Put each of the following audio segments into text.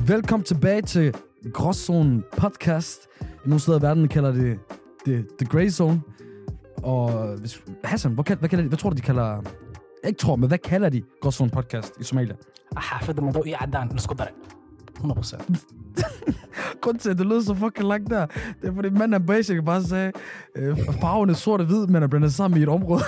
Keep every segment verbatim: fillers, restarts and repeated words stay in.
Velkommen tilbage til Gråzonen podcast. I nogle steder i verden kalder det The, the Grey Zone. Og hvis, Hassan, hvad, hvad, kalder de, hvad tror du, de kalder... Jeg ikke tror, men hvad kalder de Gråzonen podcast i Somalia? حافظ الموضوع يعدان نسكت hundrede procent. Grunden til, at det lød så fucking langt der, det er fordi manden er basic bare sagde, øh, farven er sort og hvid, men er blandet sammen i et område.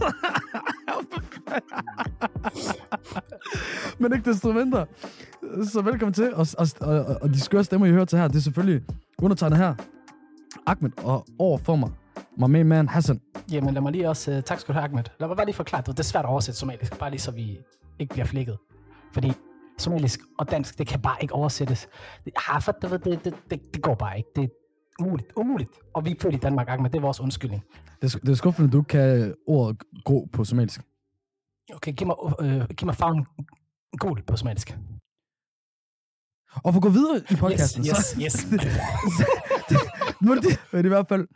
Men ikke desto mindre. Så velkommen til, og, og, og, og de skøre stemmer, I hører til her, det er selvfølgelig undertegnet her, Ahmed, og over for mig, my main man, Hassan. Jamen lad mig lige også, uh, tak skal du have, Ahmed. Lad mig bare lige forklare, det er svært at oversætte somalisk, bare lige så vi ikke bliver flækket. Fordi somalisk og dansk, det kan bare ikke oversættes. Harfat, det, det, det, det, det går bare ikke. Det er umuligt, umuligt. Og vi er født i Danmark, Ahmed, det er vores undskyldning. Det er, det er skuffende, at du kan ordet grå på somalisk. Okay, giv mig, øh, giv mig farven gul på somalisk. Og for at gå videre i podcasten, yes, yes, så... yes. det, nu er det, det er i hvert fald...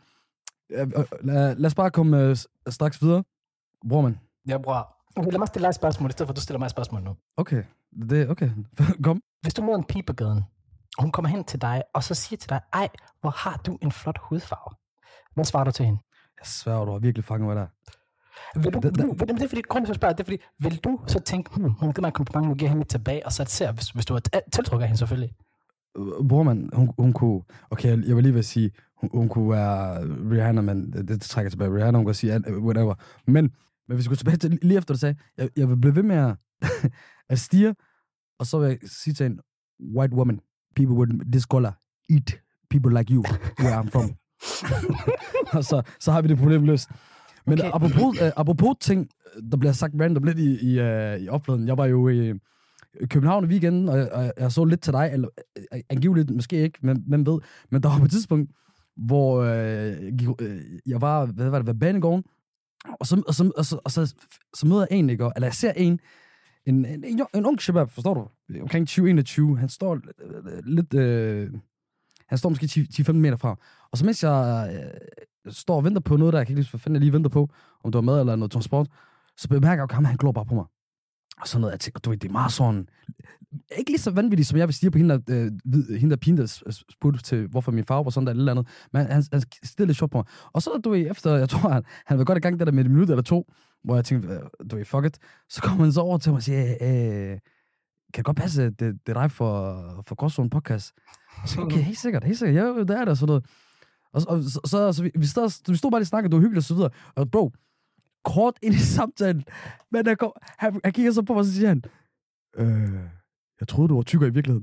Lad, lad os bare komme uh, straks videre. Bror, man. Ja, bror. Okay, lad mig stille dig et spørgsmål, i stedet for at du stiller mig et spørgsmål nu. Okay, det okay. Kom. Hvis du møder en pige på gaden, og hun kommer hen til dig, og så siger til dig, ej, hvor har du en flot hudfarve. Hvad svarer du til hende? Jeg sværger, du har virkelig fanget mig der. Vil du, det, vil, vil, det er fordi, grunden til at spørge, det er fordi, vil du så tænke, hmm, hun har givet mig en kompliment, nu giver hende tilbage, og så ser, hvis, hvis du er tiltrykker hende selvfølgelig. Bror, man, hun, hun kunne, okay, jeg vil lige vil sige, hun, hun kunne være Rihanna, men det, det trækker tilbage. Rihanna, hun kan sige whatever. Men, men hvis vi går tilbage til, lige efter du sagde, jeg, jeg vil blive ved med at, at stige, og så vil jeg sige til en white woman, people with this color eat people like you, where I'm from. Og så, så har vi det problem løst. Men okay. apropos, uh, apropos ting, der bliver sagt random lidt i, i, uh, i opfladen. Jeg var jo i København i weekenden, og jeg, og jeg så lidt til dig, eller uh, angiveligt, måske ikke, men hvem ved. Men der var på et tidspunkt, hvor uh, uh, jeg var, hvad var det, ved banegården, og så, og så, og så, og så, så møder jeg en, ikke? Eller jeg ser en, en, en, en, en ung shabab, forstår du? Omkring tyve enogtyve. Han står uh, lidt... Uh, han står måske ti til femten meter fra. Og så mens jeg øh, står og venter på noget, der jeg kan ikke lide, hvad fanden jeg lige venter på, om det var mad eller noget transport, så bemærker jeg, at ham, han glor bare på mig. Og sådan noget, jeg tænker, du ved, det er meget sådan, ikke lige så vanvittigt, som jeg vil sige på hende, der, øh, hende der pigen, der spurgte til, hvorfor min farve var sådan der, eller andet, men han, han stillede lidt sjovt på mig. Og så, du ved, efter, jeg tror, han, han var godt i gang der, der med et minut eller to, hvor jeg tænkte, du ved, fuck it, så kommer han så over til mig og siger, øh, kan det godt passe, det, det er dig for, for Gråzonen podcast? Og så okay, helt sikkert, helt sikkert, ja, det er det, og sådan noget. Og, og så, så, så vi, vi, stod, vi stod bare lige og snakkede, det var hyggeligt og så videre. Og bro, kort ind i samtalen, men der kom, han, han kigger så på mig, og så siger han, øh, jeg troede, du var tykker i virkeligheden.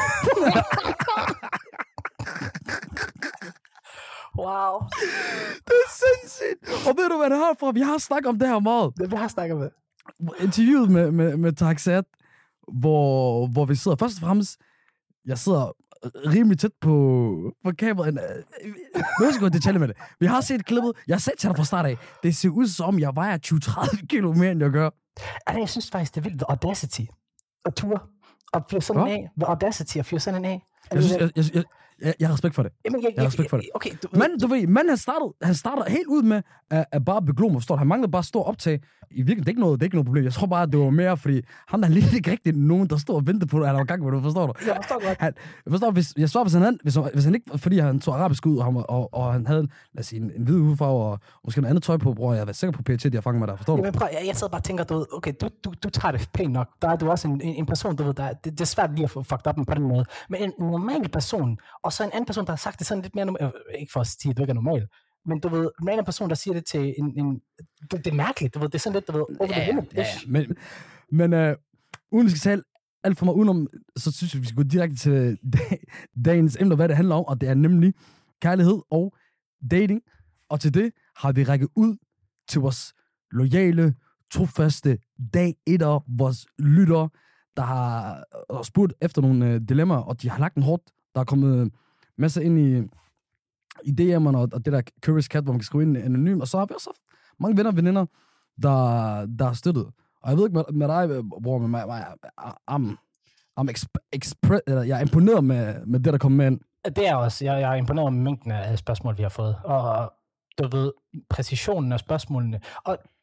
Wow. Det er sindssygt. Og ved du, hvad det har fra? Vi har snakket om det her meget. Det vi har snakket med. Interviewet med, med, med Taxat, hvor, hvor vi sidder først og fremmest, jeg sidder rimelig tæt på, på kameraet. Jeg skal gå i detalje med det. Vi har set klippet. Jeg har set til dig fra start af. Det ser ud som, jeg vejer tyve til tredive kilo mere, end jeg gør. Altså, jeg synes faktisk, det er vildt ved Audacity. Og ture. Og fyre sådan en af. Ved Audacity og fyre sådan en af. Jeg, synes, jeg, jeg, jeg, jeg, jeg har respekt for det. Jamen, jeg, jeg har respekt for det. Okay, du, men du ved, manden han startede, han starter helt ud med at, at bare beglo mig, forstår du? Han manglede bare stor optag. I virkeligheden, det er ikke noget, det er ikke noget problem. Jeg tror bare, at det var mere, fordi han er lidt ikke rigtig nogen, der står og venter på, at han var gang med det, forstår du? Jeg forstår godt. Han, jeg forstår, hvis, jeg svarer, hvis han, hvis, hvis han ikke, fordi han tog arabisk ud, og han, og, og han havde, lad os sige, en, en hvid hudfarve, og, og måske noget andet tøj på, bror, jeg var sikker på P T, de har fanget mig der, forstår du? Jamen prøv, jeg, jeg sidder bare og tænker, du ved, okay, du, du, du tager det pænt nok. Der er du også en, en, en person, du ved, der, det, det er svært lige at få fucked up på den måde. Men en normal person, og så en anden person, der har sagt det sådan lidt mere normalt, ikke for at sige, at du ikke er normal, men du ved, en anden person, der siger det til en, en det, det er mærkeligt, du ved, det er sådan lidt, du ved, over ja, det hele. Ja, ja. Men, men øh, uden vi skal tale alt for meget udenom, så synes jeg, vi skal gå direkte til dagens emne, hvad det handler om, og det er nemlig kærlighed og dating. Og til det har vi rækket ud til vores loyale, trofaste dag etter, vores lyttere, der har spurgt efter nogle øh, dilemmaer, og de har lagt en hårdt. Der er kommet masser ind i, i D M'erne, og, og det der Curious Cat, hvor man kan skrive ind anonym, og så har vi også mange venner og veninder, der, der har støttet. Og jeg ved ikke med, med dig, bror, med mig, mig I'm, I'm exp- expre- eller, jeg er imponeret med, med det, der kommer med ind. Det er også, jeg, jeg er imponeret med mængden af spørgsmål, vi har fået, og du ved, præcisionen af spørgsmålene. Og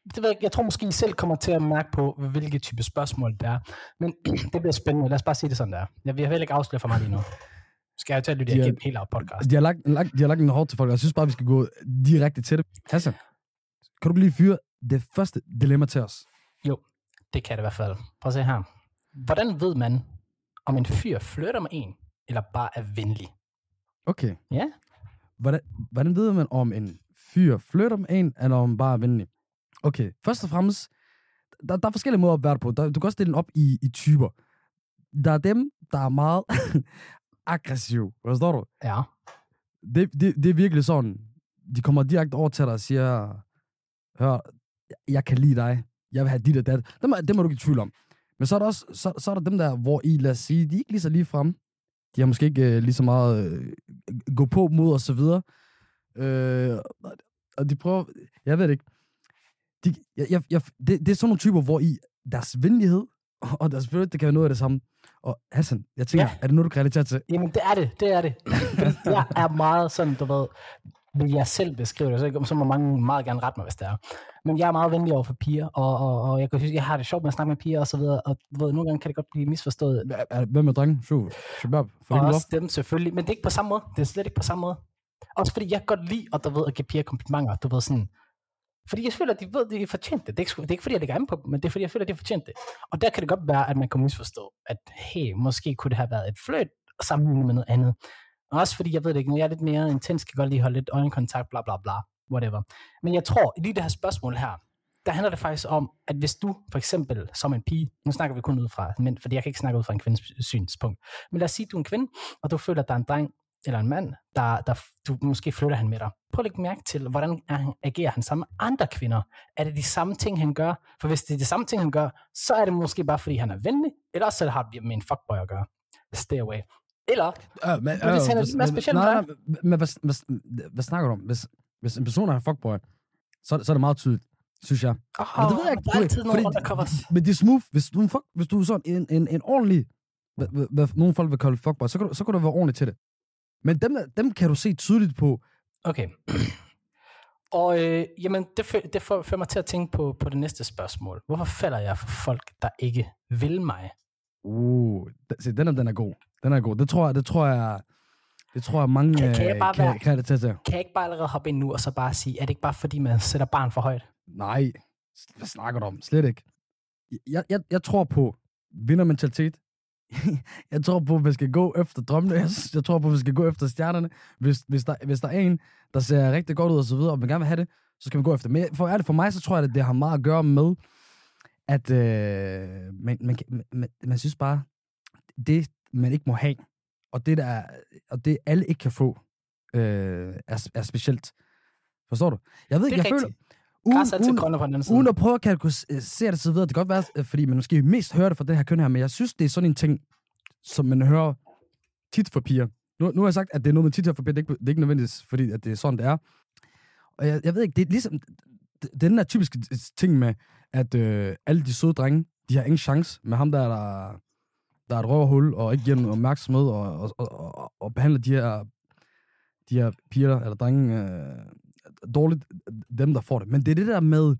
det ved jeg, jeg tror måske, I selv kommer til at mærke på, hvilke type spørgsmål det er. Men det bliver spændende. Lad os bare sige det sådan der. Jeg vil heller ikke afsløre for mig lige nu. Skal jeg jo til at lytte igennem hele af podcast. De har lagt, lagt, de har lagt en hårdt til folk, og jeg synes bare, vi skal gå direkte til det. Hassan, kan du lige fyre det første dilemma til os? Jo, det kan det i hvert fald. Prøv at se her. Hvordan ved man, om en fyr flytter med en, eller bare er venlig? Okay. Ja. Hvordan, hvordan ved man, om en fyr flytter med en, eller om bare er venlig? Okay, først og fremmest, der, der er forskellige måder at være på. Der, du kan også dele den op i, i typer. Der er dem, der er meget aggressive. Forstår du? Ja. Det, det, det er virkelig sådan, de kommer direkte over til dig og siger, hør, jeg kan lide dig, jeg vil have dit og dat. Det må, det må du ikke tvivl om. Men så er der også så, så er der dem der, hvor I, lad os sige, de er ikke lige så lige frem. De har måske ikke uh, lige så meget uh, gå på mod og så videre. Uh, og de prøver, jeg ved det ikke. De, jeg, jeg, jeg, det, det er sådan nogle typer, hvor I, deres venlighed og deres følelse, det kan være noget af det samme. Og Hassan, jeg tænker, ja. Er det noget, du kan relatere til? Jamen, det er det, det er det. Jeg er meget sådan, du ved, vil jeg selv beskrive det, så, så må mange meget gerne rette mig, hvis det er. Men jeg er meget venlig over for piger, og, og, og jeg kan synes, jeg har det sjovt med at snakke med piger og så videre, og du ved, nogle gange kan det godt blive misforstået. Hvem er drengen? Shoo, shabab. Og også dem selvfølgelig, men det er ikke på samme måde. Det er slet ikke på samme måde. Også fordi jeg godt lide, og du ved, at give piger komplimenter, du ved sådan. Fordi jeg føler, at de ved, at de er fortjent det. Det er, ikke, det er ikke fordi, jeg lægger an på dem, men det er fordi, jeg føler, at de er fortjent det. Og der kan det godt være, at man kan misforstå, at hey, måske kunne det have været et fløjt sammenlignet med noget andet. Og også fordi, jeg ved det ikke, når jeg er lidt mere intens, kan godt lige holde lidt øjenkontakt, bla bla bla, whatever. Men jeg tror, lige det her spørgsmål her, der handler det faktisk om, at hvis du for eksempel som en pige, nu snakker vi kun ud fra mænd, fordi jeg kan ikke snakke ud fra en kvindes synspunkt, men lad os sige, at du er en kvinde, og du føler, at der er en dreng eller en mand, der, der du måske flytter han med dig. Prøv at lægge mærke til, hvordan agerer han sammen med andre kvinder. Er det de samme ting, han gør? For hvis det er de samme ting, han gør, så er det måske bare, fordi han er venlig, eller også så har det med en fuckboy at gøre. Stay away. Eller, øh, men, øh, hvis han er hvis, mere speciel nej, nej, men hvad, hvad, hvad snakker du om? Hvis, hvis en person er en fuckboy, så, så er det meget tydeligt, synes jeg. Oh, det ved jeg ikke. Der er altid nogle undercovers. Men det er smooth. Hvis du, fuck, hvis du er sådan en, en, en ordentlig, hvad, hvad nogle folk vil kalde fuckboy, så kan, du, så kan du være ordentlig til det. Men dem, dem kan du se tydeligt på. Okay. Og øh, jamen, det, fø- det får, fører mig til at tænke på, på det næste spørgsmål. Hvorfor falder jeg for folk, der ikke vil mig? Uh, se, den er, den er god. Den er god. Det tror jeg, det tror jeg, det tror jeg mange kan, kan, jeg bare kan, være, kan det til. Kan jeg ikke bare allerede hoppe ind nu og så bare sige, er det ikke bare fordi, man sætter barn for højt? Nej, hvad snakker du om? Slet ikke. Jeg, jeg, jeg tror på vindermentalitet. Jeg tror på, at vi skal gå efter drømmene. Jeg, jeg tror på, at vi skal gå efter stjernerne. Hvis, hvis, der, hvis der er en, der ser rigtig godt ud og så videre, og man gerne vil have det, så skal man gå efter. Men for ærligt, for mig, så tror jeg, at det har meget at gøre med, at øh, man, man, man, man synes bare, det man ikke må have, og det, der, og det alle ikke kan få, øh, er, er specielt. Forstår du? Jeg ved ikke, jeg føler... Uden, uden, uden at prøve at kategorisere det så videre. Det kan godt være, fordi man måske mest hører det fra den her køn her, men jeg synes, det er sådan en ting, som man hører tit for piger. Nu, nu har jeg sagt, at det er noget, man tit hører for piger. Det er ikke, det er ikke nødvendigt, fordi at det er sådan, det er. Og jeg, jeg ved ikke, det er ligesom... Det, den der typiske ting med, at øh, alle de søde drenge, de har ingen chance med ham, der der, der er et røverhul, og ikke giver dem opmærksomhed, og, og, og, og, og behandler de her, de her piger, eller drenge... Øh, dårligt, dem der får det. Men det er det der med,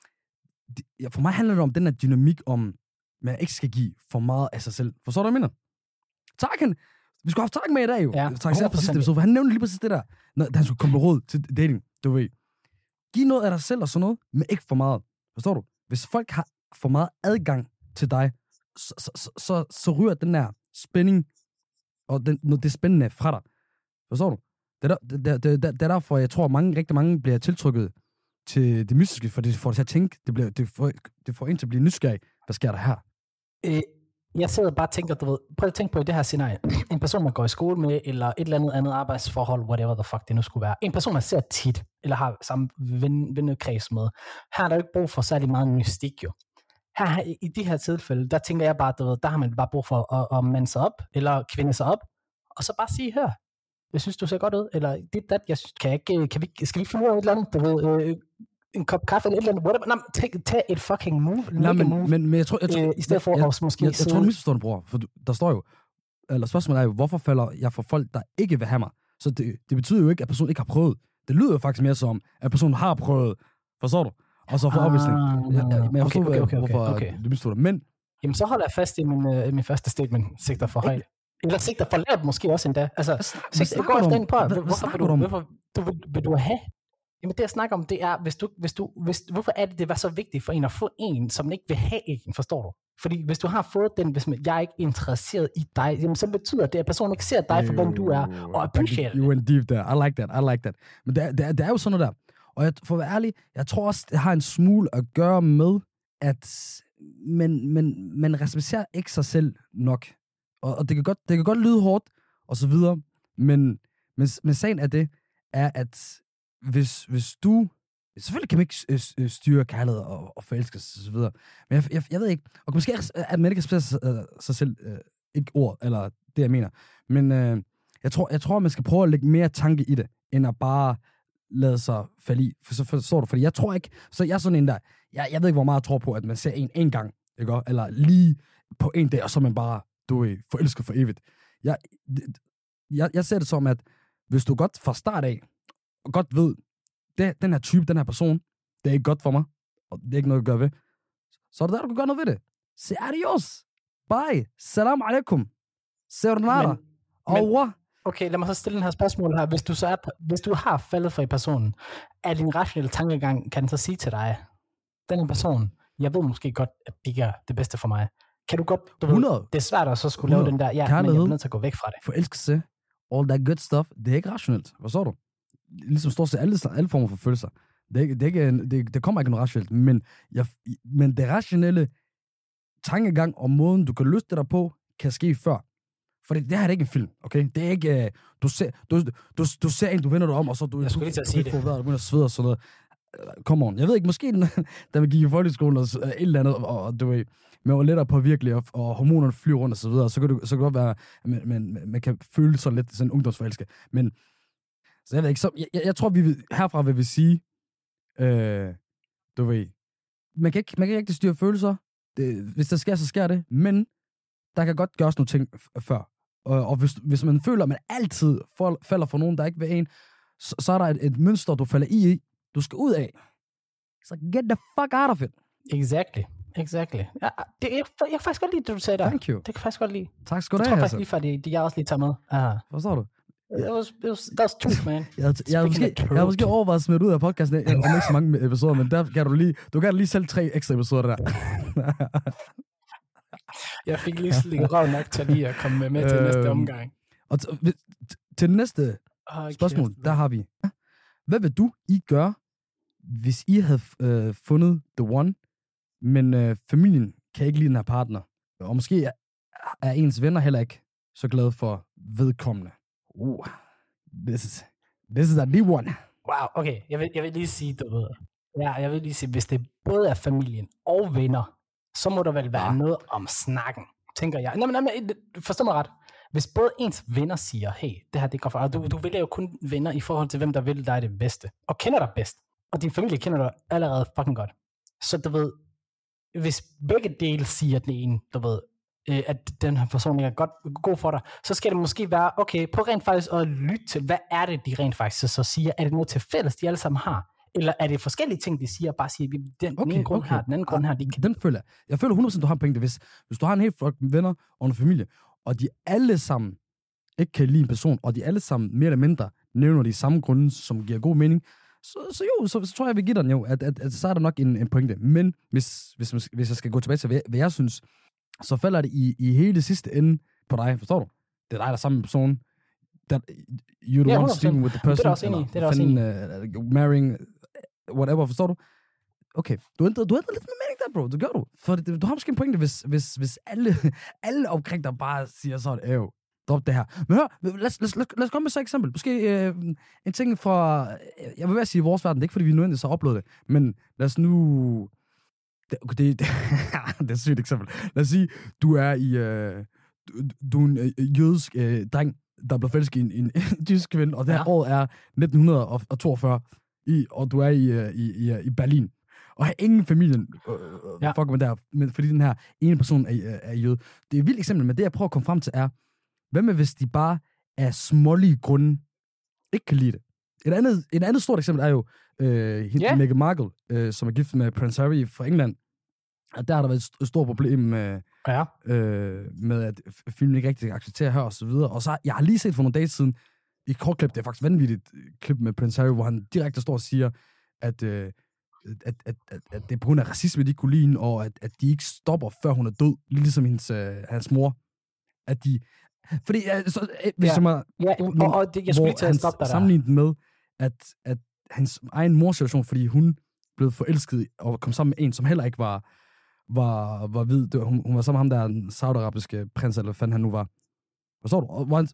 det, for mig handler det om den her dynamik om, man ikke skal give for meget af sig selv. Forstår du, hvad jeg mener? Tarkan, vi skulle have haft Tarkan med i dag jo. Ja, Tarkan på sidste episode, for han nævnte lige præcis det der, når han skulle komme med råd til dating, du ved. Giv noget af dig selv og sådan noget, men ikke for meget. Forstår du? Hvis folk har for meget adgang til dig, så, så, så, så, så ryger den der spænding, og den, det er spændende fra dig. Forstår du? Det er, der, det, det, det er derfor, jeg tror, at mange, rigtig mange bliver tiltrykket til det mystiske, for det får det til at tænke, det, bliver, det, får, det får en til at blive nysgerrig. Hvad sker der her? Øh, jeg sidder bare og tænker, du ved, prøv at tænke på i det her scenarie. En person, man går i skole med, eller et eller andet andet arbejdsforhold, whatever the fuck det nu skulle være. En person, man ser tit, eller har samme ven, vennekreds med. Her er der jo ikke brug for særlig meget mystik, jo. Her, i de her tilfælde, der tænker jeg bare, du ved, der har man bare brug for at, at mande sig op, eller kvinde sig op, og så bare sige, hør, jeg synes, du ser godt ud, eller det, dat, jeg synes, kan jeg ikke, kan vi, skal vi finde ud af et eller andet, du ved, øh, en kop kaffe eller et eller andet, whatever. Nej, tag, tag et fucking move, nej, men, move, men, men jeg tror, jeg tror, øh, i stedet for jeg, at måske jeg, jeg, jeg tror, du misforstår det, bror, for du, der står jo, eller spørgsmålet er jo, hvorfor falder jeg for folk, der ikke vil have mig? Så det, det betyder jo ikke, at personen ikke har prøvet. Det lyder jo faktisk mere som, at personen har prøvet, forstår du? Og så for opvisning. Ah, Ja, ja, men jeg forstod, okay, okay, okay, hvorfor okay. du misforstod det. Men Jamen, så holder jeg fast i min, øh, min første statement, sigter for højt. Eller sigter for lavt måske også endda. Altså, hvad sigter, snakker går du efter om? en på, Hvad- hvorfor, hvad snakker vil du om? Hvorfor du, vil, vil du have? Jamen, det jeg snakker om, det er, hvis du, hvis du, hvis, hvorfor er det, det var så vigtigt for en at få en, som ikke vil have en, forstår du? Fordi hvis du har fået den, hvis man, jeg er ikke interesseret i dig, jamen, så betyder det, at personen ikke ser dig for, hvem du er, og appreciate You det. went deep there. I like that. I like that. Men det, er- det, er- det er jo sådan noget der. Og jeg, for at være ærlig, jeg tror også, det har en smule at gøre med, at man, man, man respekterer ikke sig selv nok. Og, og det, kan godt, det kan godt lyde hårdt, og så videre, men, men, men sagen er det, er, at hvis, hvis du... Selvfølgelig kan man ikke øh, øh, styre kærlighed og, og forelskelse og så videre, men jeg, jeg, jeg ved ikke, og måske er, at man ikke respekterer sig, øh, sig selv, øh, ikke ord, eller det jeg mener, men øh, jeg, tror, jeg tror, man skal prøve at lægge mere tanke i det, end at bare lade sig falde i. For så forstår du, fordi jeg tror ikke, så jeg er sådan en der, jeg, jeg ved ikke, hvor meget jeg tror på, at man ser en en gang, ikke? Eller lige på en dag, og så er man bare, du er forelsket for evigt. Jeg, jeg, jeg ser det som, at hvis du godt fra start af, og godt ved, det, den her type, den her person, det er ikke godt for mig, og det er ikke noget at gøre ved, så er det der, du kan gøre noget ved det. Se adios. Bye. Salam alaikum. Sayonara. Men- Over. Okay, lad mig så stille den her spørgsmål her. Hvis du, så er, hvis du har faldet for en person, er din rationelle tankegang, kan den så sige til dig, den her person, jeg ved måske godt, at det ikke er det bedste for mig. Kan du godt, du ved, hundrede. det er svært at så skulle lave den der, ja, men jeg Kærlighed. er nødt til at gå væk fra det. Forelskelse. All that good stuff. Det er ikke rationelt. Hvad så du? Ligesom stort set alle, alle former for følelser. Det, er ikke, det, er ikke, en- det, det kommer ikke noget rationelt, men, jeg, men det rationelle tankegang og måden, du kan løse det der på, kan ske før. For det, det her er ikke en film, okay? Det er ikke, uh, du, ser, du, du, du ser en, du vender dig om, og så du, Jeg skulle du, lige til at du sige ikke det. får vejret, du begynder at svede og sådan noget. Uh, Come on. Jeg ved ikke, måske den, da vi gik i folkeskolen og så- et eller andet, og, og du ved, man var lettere på virkelig, og, og hormonerne flyver rundt og så videre, så kan, du, så kan det godt være, at man, man, man kan føle sådan lidt sådan ungdomsforelske. Men, så jeg ved ikke, så, jeg, jeg, jeg tror, vi vil, herfra vil vi sige, øh, du ved, man kan ikke, man kan ikke rigtig styre følelser. Det, hvis der sker, så sker det. Men der kan godt gøres nogle ting f- før. Og, og hvis, hvis man føler, at man altid for, falder for nogen, der ikke vil en, så, så er der et, et mønster, du falder i, i. Du skal ud af. Så get the fuck out of it. Exactly. Exactly. Ja, det, jeg, jeg kan faktisk godt lide det, du sagde der. Thank you. Det kan jeg faktisk godt lide. Tak skal Jeg du tror have, faktisk altså. lige, for det, det jeg også lige tager med. Aha. Forstår du? That was, it was, that was truth, man. Jeg havde, jeg havde, Speaking måske, of jeg havde måske truth. overvejet at smide ud af podcasten øh, om ikke så mange episoder, men der kan du lige, du kan lige selv tre ekstra episoder der. Jeg fik lige slikket røv nok til lige at komme med, med til næste Øhm, omgang. Og t- t- til det næste Oh, spørgsmål, der har vi. Hvad vil du I gøre, hvis I havde øh, fundet the one, men øh, familien kan ikke lide den her partner? Og måske er, er ens venner heller ikke så glade for vedkommende. Uh, this is, this is a deep one. Wow, okay. Jeg vil, jeg vil lige sige, du ved. Ja, jeg vil lige sige, hvis det både er familien og venner, så må der vel være Ja. noget om snakken, tænker jeg. Nej, men, nej, men forstå mig ret. Hvis både ens venner siger, hey, det her det går for, og du, du vælger jo kun venner i forhold til, hvem der vil dig det bedste, og kender dig bedst, og din familie kender dig allerede fucking godt. Så du ved, hvis begge dele siger, at den ene, du ved, øh, at den her person ikke er godt, god for dig, så skal det måske være, okay, på rent faktisk at lytte til, hvad er det, de rent faktisk så siger? Er det noget til fælles, de alle sammen har? Eller er det forskellige ting, de siger, og bare siger, den, den Okay, ene grund okay. her, den anden grund her, de kan... Den føler jeg. Jeg føler hundrede procent, du har en pointe. Hvis, hvis du har en helt flok med venner og en familie, og de alle sammen ikke kan lide en person, og de alle sammen mere eller mindre nævner de samme grunde, som giver god mening, så, så jo, så, så tror jeg, jeg vil give dig den jo, at, at, at så er der nok en, en pointe. Men hvis, hvis, hvis jeg skal gå tilbage til, hvad, hvad jeg synes, så falder det i, i hele sidste ende på dig, forstår du? Det er dig, der er sammen med personen. That, you're the Ja, one hundrede procent. sleeping with the person. Det er der også enig i, det er der også fanden, uh, marrying, whatever, forstår du? Okay, du ændrer, du ændrer lidt med mening der, bro. Det gør du. For det, du har måske en pointe, hvis, hvis, hvis alle, alle omkring dig bare siger sådan, æv, drop det her. Men hør, lad, lad, lad, lad os komme med så et eksempel. Måske øh, en ting fra, jeg vil være sige vores verden, det er ikke fordi, vi nødvendigvis har oplevet det, men lad os nu, det, okay, det, det, det er et sygt eksempel. Lad os sige, du er i, øh, du, du er en øh, jødisk øh, dreng, der blev forelsket i en, en, en tysk kvinde, og det her Ja. år er nitten toogfyrre, i, og du er i, øh, i, i, i Berlin. Og har ingen familien, øh, Ja. ja. fuck med der, men fordi den her ene person er, er, er jøde. Det er et vildt eksempel, men det jeg prøver at komme frem til er, hvad med hvis de bare af smålige grunde ikke kan lide det? Et andet, et andet stort eksempel er jo øh, hende, Ja. Meghan Markle, øh, som er gift med Prince Harry fra England. Og der har der været et st- stort problem med, Ja. øh, med, at f- filmen ikke rigtig accepterer her, og så videre. Og så har, jeg har lige set for nogle dage siden, i et kort klip, det er faktisk vanvittigt klip med Prince Harry, hvor han direkte står og siger, at, øh, at, at, at, at det er på grund af racisme, de kunne lide, og at, at de ikke stopper, før hun er død, ligesom hendes, øh, hans mor. At de... Fordi, altså, hvis Ja. jeg må... Ja, og, og det, jeg skulle lige tage en stop der. Sammenlignet med, at, at hans egen morsituation, fordi hun blev forelsket og kom sammen med en, som heller ikke var, var, var hvid. Det var, hun, hun var sammen med ham der, den saudiarabiske prins, eller hvad fanden han nu var. Hvad så du? Og, hvor han,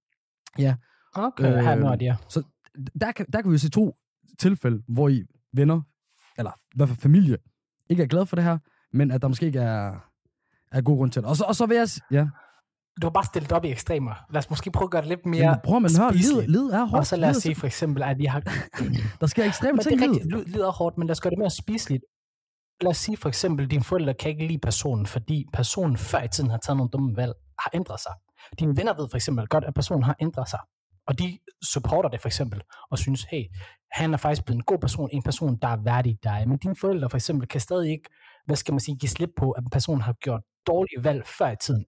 ja. Okay, øh, her med det, ja. Så der kan, der kan vi jo se to tilfælde, hvor I venner, eller i hvert fald familie, ikke er glade for det her, men at der måske ikke er, er god grund til det. Og så, og så vil jeg... Ja. Du har bare stillet op i ekstremer. Lad os måske prøve at gøre det lidt mere Jamen, prøv at høre, spiseligt. lid, lid er hårdt. Og så lad os Lid- sige for eksempel, at vi har... Der sker ekstreme Men det ting er i rigtigt, livet. lyd lyder hårdt, men lad os gøre det mere spiseligt. Lad os sige for eksempel, at dine forældre kan ikke lide personen, fordi personen før i tiden har taget nogle dumme valg, har ændret sig. Dine venner ved for eksempel godt, at personen har ændret sig. Og de supporter det for eksempel, og synes, hey, han er faktisk blevet en god person, en person, der er værdig dig. Men dine forældre for eksempel kan stadig ikke, hvad skal man sige, give slip på, at en person har gjort dårlige valg før i tiden.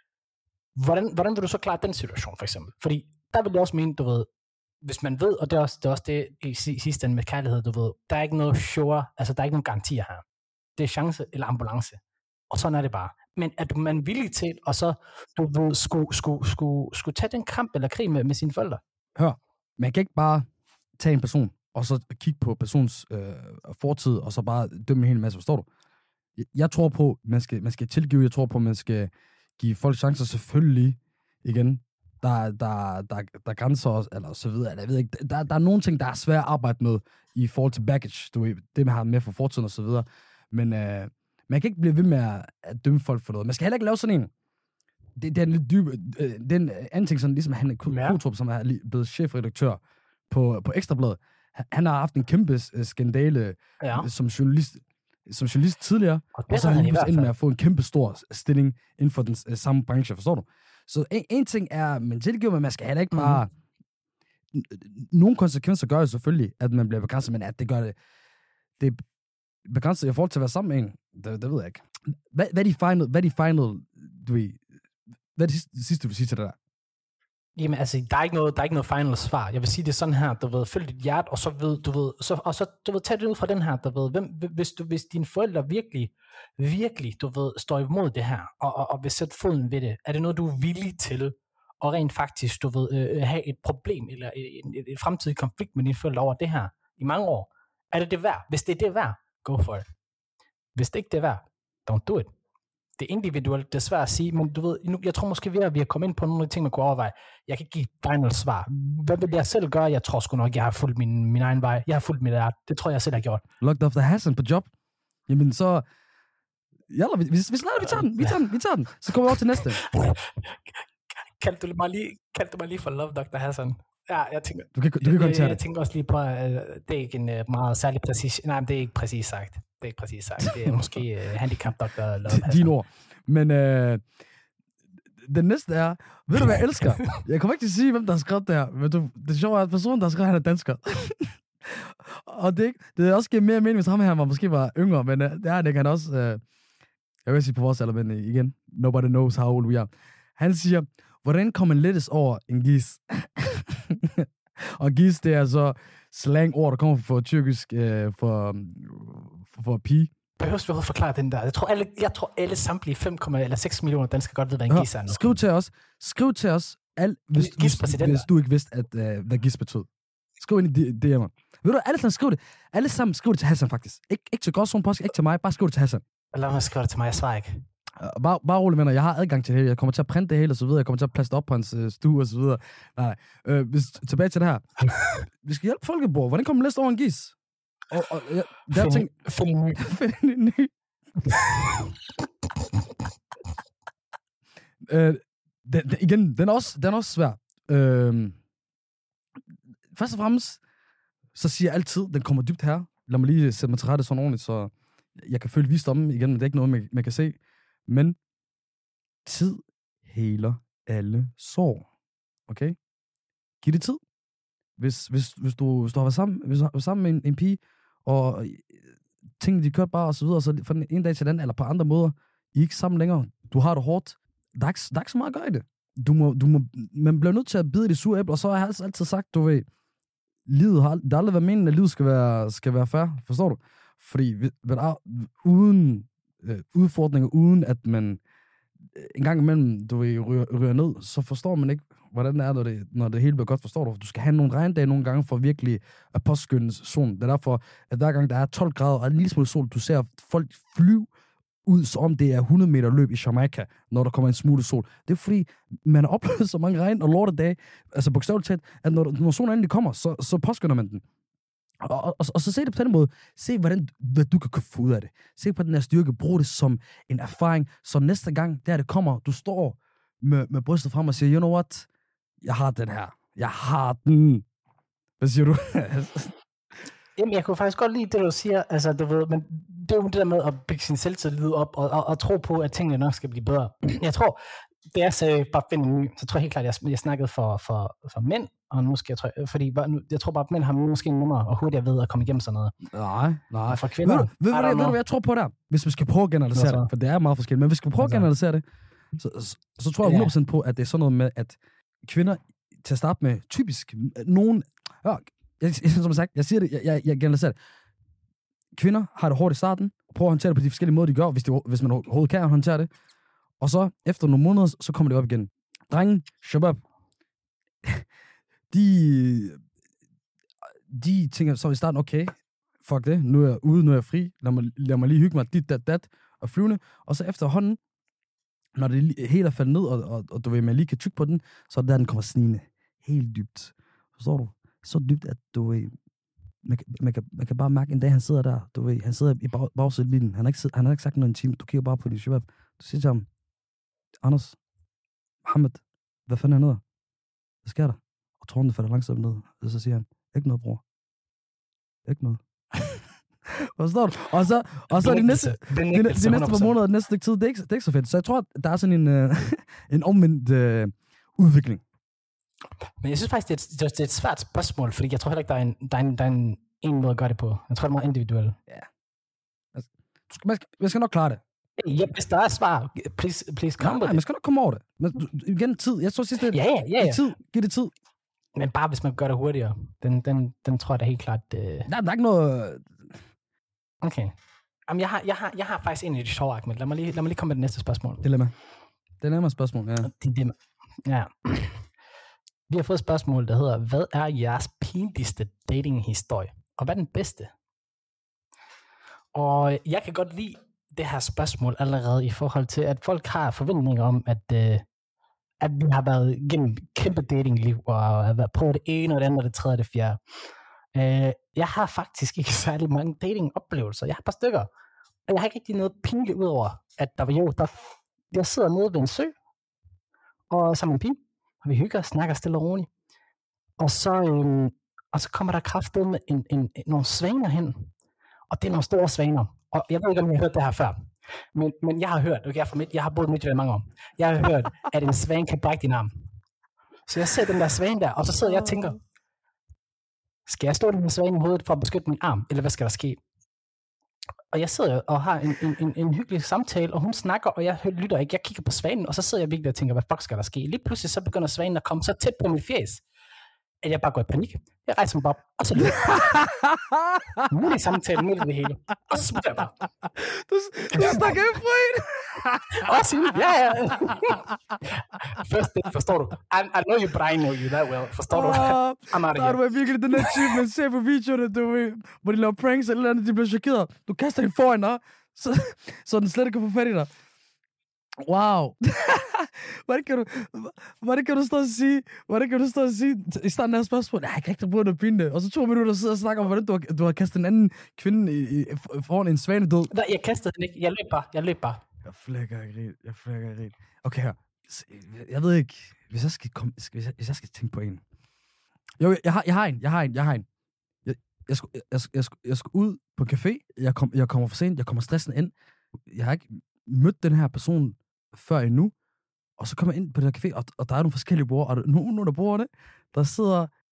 Hvordan, hvordan vil du så klare den situation for eksempel? Fordi der vil jeg også mene, du ved, hvis man ved, og det er også det, er også det i sidste ende med kærlighed, du ved, der er ikke noget sure, altså der er ikke nogen garantier her. Det er chance eller ambulance. Og sådan er det bare. Men er du man villig til, og så du ved, skulle, skulle, skulle, skulle tage den kamp eller krig med, med sine forældre? Hør, man kan ikke bare tage en person, og så kigge på persons øh, fortid, og så bare dømme en hel masse, forstår du? Jeg, jeg tror på, man skal, man skal tilgive, jeg tror på, man skal give folk chancer, selvfølgelig, igen, der, der, der, der grænser, eller så videre, jeg ved ikke, der, der er nogle ting, der er svært at arbejde med, i forhold til baggage, du ved, det man har med for fortiden, og så videre, men øh, man kan ikke blive ved med at, at dømme folk for noget. Man skal heller ikke lave sådan en, det, det er en lidt dyb, øh, den anden ting, sådan ligesom han Kutrup, som er blevet chefredaktør på, på Ekstrabladet, han, han har haft en kæmpe skandale ja. som journalist, som journalist tidligere, og, og så har han lige endt med at få en kæmpe stor stilling inden for den uh, samme branche, forstår du? Så en, en ting er, men tilgiver man, man skal heller ikke bare... Mm. Nogle konsekvenser gør jo selvfølgelig, at man bliver begrænset, men at det gør det... Det er begrænset i forhold til at være sammen med en. Det, det ved jeg ikke. Hvad, hvad er de final... Hvad er de final... Du ved, hvad er det sidste, sidste, du vil sige til det der? Jamen altså, der er ikke noget, der er ikke noget final svar. Jeg vil sige det sådan her, du ved, følg dit hjerte, og så ved, du ved, så, og så, du ved, tag det ud fra den her, du ved, hvem, hvis, du, hvis dine forældre virkelig, virkelig, du ved, står imod det her, og, og, og vil sætte foden ved det, er det noget, du er villig til, og rent faktisk, du ved, øh, have et problem, eller et, et, et fremtidig konflikt med dine forældre over det her, i mange år? Er det det værd? Hvis det er det værd, go for it. Hvis det ikke det er værd, don't do it. Det er individuelt, det er svært at sige, men du ved, nu, jeg tror måske, vi har, vi har kommet ind på nogle af de ting, man kunne overveje. Jeg kan ikke give final svar. Hvad vil jeg selv gøre? Jeg tror sgu nok, jeg har fulgt min, min egen vej. Jeg har fulgt mit hjerte. Det tror jeg, jeg selv har gjort. Locked off the Hassan på job. Jamen så... Jalla, vi, vi, vi, vi tager den, vi tager den, vi tager den. Så kommer vi over til næste. Kaldte du mig lige, kaldte du mig lige for Love doktor Hassan? Ja, jeg tænker... Du kan, du kan jeg, jeg, jeg tænker også lige på, at uh, det er ikke en uh, meget særlig præcis... Nej, men det er ikke præcis sagt. Det er ikke præcis sagt. Det er måske uh, handicap doktor Love Hassan. Dine ord. Men øh, den næste er, ved du hvad jeg elsker? Jeg kommer ikke til at sige, hvem der har skrevet det her, men du, det sjove er, at personen, der har skrevet, han er dansker. Og det, det også giver mere mening, hvis ham her var, måske var yngre, men øh, det er det kan også, øh, jeg vil sige på vores alder, men igen, nobody knows how old we are. Han siger, hvordan kommer man lettest over en gis? Og gis, det er så slangord, der kommer fra tyrkisk, øh, for, for, for pige. Behøves vi at forklare den der? Jeg tror, alle, jeg tror, alle samtlige fem eller seks millioner danskere godt ved, hvad en gis er nu. Skriv til os. Skriv til os, al, hvis, hvis, hvis du ikke vidste, at, uh, hvad gis betød. Skriv ind i D M'er. Ved du, alle sammen skriv det. Alle sammen skriv det til Hassan, faktisk. Ik- ikke til Gosson Post, ikke til mig. Bare skriv det til Hassan. Lad mig skrive det til mig, jeg svarer ikke. Uh, bare, bare rolig, venner. Jeg har adgang til det hele. Jeg kommer til at printe det hele, og så videre. Jeg kommer til at plaste op på hans uh, stue, og så videre. Nej, nej. Uh, hvis, tilbage til det her. Vi skal hjælpe folkebror. Hvordan kommer man læst over en gis? Og, og, ja, der find, ting... find en ny. Find en ny. øh, den, den, igen, den er også, den er også svær. Øh, først og fremmest, så siger jeg altid, den kommer dybt her. Lad mig lige sætte mig til rette sådan ordentligt, så jeg kan føle visdommen igen, men det er ikke noget, man, man kan se. Men tid heler alle sår. Okay? Giv det tid. Hvis, hvis, hvis, du, hvis du har været sammen, hvis du har været sammen med en, en pige, og tingene de kørte bare og så videre, så fra den ene dag til den anden, eller på andre måder, I er ikke sammen længere, du har det hårdt, der er ikke, der er ikke så meget at gøre i det. Du må, du må, man bliver nødt til at bide i det sure æble, og så har jeg altid, altid sagt, du ved, livet har, det har aldrig været meningen, at livet skal være, skal være fair, forstår du? Fordi ved, uden øh, udfordringer, uden at man en gang imellem, du ved, ryger, ryger ned, så forstår man ikke, hvordan det er, når det, når det hele bliver godt, forstår du? Du skal have nogle regndage nogle gange for virkelig at påskynde solen. Det er derfor, at hver gang der er tolv grader og en lille smule sol, du ser folk flyve ud, som om det er hundrede meter løb i Jamaica, når der kommer en smule sol. Det er fordi, man har oplevet så mange regn og lortedage, altså bogstaveligt tæt, at når, når solen endelig kommer, så, så påskynder man den. Og, og, og så se det på den måde. Se, hvordan, hvad du kan få ud af det. Se på den her styrke. Brug det som en erfaring. Så næste gang, der det kommer, du står med, med brystet frem og siger, you know what? Jeg har den her. Jeg har den. Hvad siger du? Jamen, jeg kunne faktisk godt lide det, du siger. Altså, du ved, men det er jo det der med at bygge sin selvtillid op og, og, og tro på, at tingene nok skal blive bedre. Jeg tror, det er så bare finde en ny, så tror jeg helt klart, at jeg, jeg snakkede for, for, for mænd, og nu skal jeg, tror, fordi bare, nu, jeg tror bare, at mænd har måske nemmere og hurtigere ved at komme igennem sådan noget. Nej, nej. Og for kvinder, ved, ved, ved, ved du, hvad jeg tror på der? Hvis vi skal prøve at generalisere det, for det er meget forskelligt, men hvis vi skal prøve at generalisere det, så, så, så tror jeg hundrede procent på, at det er sådan noget med, at kvinder til at starte med, typisk, nogen, ja, jeg, som jeg sagt, jeg siger det, jeg, jeg, jeg generaliserer det. Kvinder har det hårdt i starten, og prøver at håndtere det på de forskellige måder, de gør, hvis, de, hvis man overhovedet kan håndtere det. Og så, efter nogle måneder, så kommer det op igen. Drenge, shabab, de, de tænker så i starten, okay, fuck det, nu er jeg ude, nu er jeg fri, lad mig, lad mig lige hygge mig, dit, dat, dat, og flyvende. Og så efterhånden, når det helt er faldet ned, og, og, og du ved, man lige kan tykke på den, så er det der, den kommer snigende. Helt dybt. Forstår du? Så dybt, at du ved, man, man, kan, man kan bare mærke en dag, han sidder der, du ved, han sidder i bag, bagsædet bilen, han har, ikke, han har ikke sagt noget en time, du kigger bare på din shabab, du siger til ham, Anders, Mohammed, hvad fanden er nede? Hvad sker der? Og tårnet falder langsomt ned, og så siger han, ikke noget, bror. Ikke noget. Forstår du? Og så, og så de næste, de, de næste par måneder, det næste stykke tid, det er, ikke, det er ikke så fedt. Så jeg tror, at der er sådan en, uh, en omvendt uh, udvikling. Men jeg synes faktisk, det er, et, det er et svært spørgsmål, fordi jeg tror heller ikke, der er en, der er en, der er en, en måde at gøre det på. Jeg tror, det er meget individuelt. Ja. Altså, man, skal, man skal nok klare det. Ja, hvis der er svar, please, please come. Nej, nej, man skal nok komme over det. Men du, igen, tid. Jeg tror sidst, det ja, ja, ja, ja. Tid. Giv det tid. Men bare hvis man gør det hurtigere. Den, den, den tror jeg da helt klart... Øh... Nej, der er ikke noget... Okay. Jamen, jeg har, jeg har, jeg har faktisk en af de sjove argument. Lad mig lige, lad mig lige komme med det næste spørgsmål. Dilemma. Dilemma spørgsmål, ja. Dilemma. Ja. Vi har fået et spørgsmål, der hedder, hvad er jeres pinligste datinghistorie? Og hvad er den bedste? Og jeg kan godt lide det her spørgsmål allerede i forhold til, at folk har forventninger om, at, øh, at vi har været gennem kæmpe datingliv, og har været på det ene og det andet, og det tredje og det fjerde. Øh, jeg har faktisk ikke særlig mange datingoplevelser. Jeg har et par stykker, og jeg har ikke rigtig noget pinligt ud over, at der var jo, der, jeg sidder nede ved en sø, og sammen med en pige, og vi hygger og snakker stille og roligt. Og så, øhm, og så kommer der kraftet med en, en, en, nogle svaner hen, og det er nogle store svaner. Og jeg ved ikke, om jeg har hørt det her før, men, men jeg har hørt, okay, jeg, midt, jeg har boet midt i mange år, jeg har hørt, at en svane kan brække din arm. Så jeg ser den der svane der, og så sidder jeg og tænker, skal jeg stå den med svane i hovedet for at beskytte min arm, eller hvad skal der ske? Og jeg sidder og har en, en, en, en hyggelig samtale, og hun snakker, og jeg lytter ikke. Jeg kigger på svanen, og så sidder jeg virkelig og tænker, hvad fuck skal der ske? Lige pludselig så begynder svanen at komme så tæt på mit fjes, at jeg bare går i panik. Jeg rejser mig bare op, og så løber jeg. Midt i samtalen, midt i det hele. Og så smutter jeg bare. Du, du snakker jo frøen. Og siger, ja, ja. Først det, forstår du? I, I know you, but I know you that well. Forstår du? I'm out of here. Der var virkelig den der type, man ser på videoerne, du ved, hvor de laver pranks eller andet, de bliver chokeret. Du kaster den foran dig, så, så den slet ikke kan få fat i dig. Wow. Hvordan kan du, hvordan kan du stå og sige, hvordan kan du stå og sige, i starten af spørgsmålet, jeg kan ikke bruge noget pinde, og så to minutter sidder og snakker om, hvordan du har, du har kastet en anden kvinde i, i, foran en svanedød. Nej, jeg kastede den ikke, jeg løb bare, jeg løb bare. Jeg flækker ikke rigt, jeg flækker ikke rigt. Okay her, jeg ved ikke, hvis jeg skal, komme, hvis jeg, hvis jeg skal tænke på en. Jo, jeg har, jeg har en, jeg har en, jeg har en. Jeg, jeg, skulle, jeg, jeg, skulle, jeg skulle ud på café, jeg, kom, jeg kommer for sent, jeg kommer stressende ind. Jeg har ikke mødt den her person før endnu, og så kommer jeg ind på det her café, og, og der er nogle forskellige borde, og der, nogle af bordene, der sidder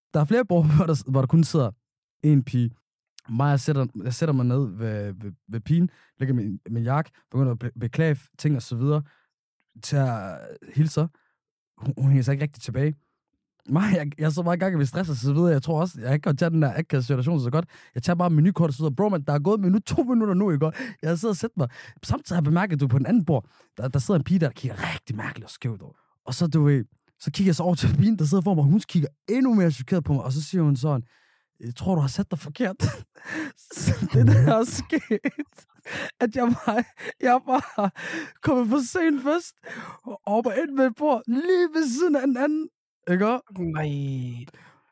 der er flere bord, hvor der, hvor der kun sidder en pige. Mig, jeg sætter, jeg sætter mig ned ved, ved, ved pigen, lægger min, min jakke, begynder at be, beklage ting og så videre, tager hilser. Hun, hun hænger sig ikke rigtig tilbage. Mig, jeg, jeg er så meget i gang med stress og så videre. Jeg tror også, jeg ikke kan tage den der akkurat situation så godt. Jeg tager bare menukort og så videre. Bro, man, der er gået minut, to minutter nu, ikke? Jeg sidder og sætter mig. Samtidig har jeg bemærket, at du på den anden bord, der, der sidder en pige, der kigger rigtig mærkeligt og skævt over. Og så, du ved, så kigger jeg så over til pigen, der sidder for mig, og hun kigger endnu mere chokeret på mig, og så siger hun sådan, jeg tror, du har sat dig forkert. Så det der er sket, at jeg bare, jeg bare kommet for sent først, og op og ind ved et bord, lige ved siden af den anden. Ikke? Nej.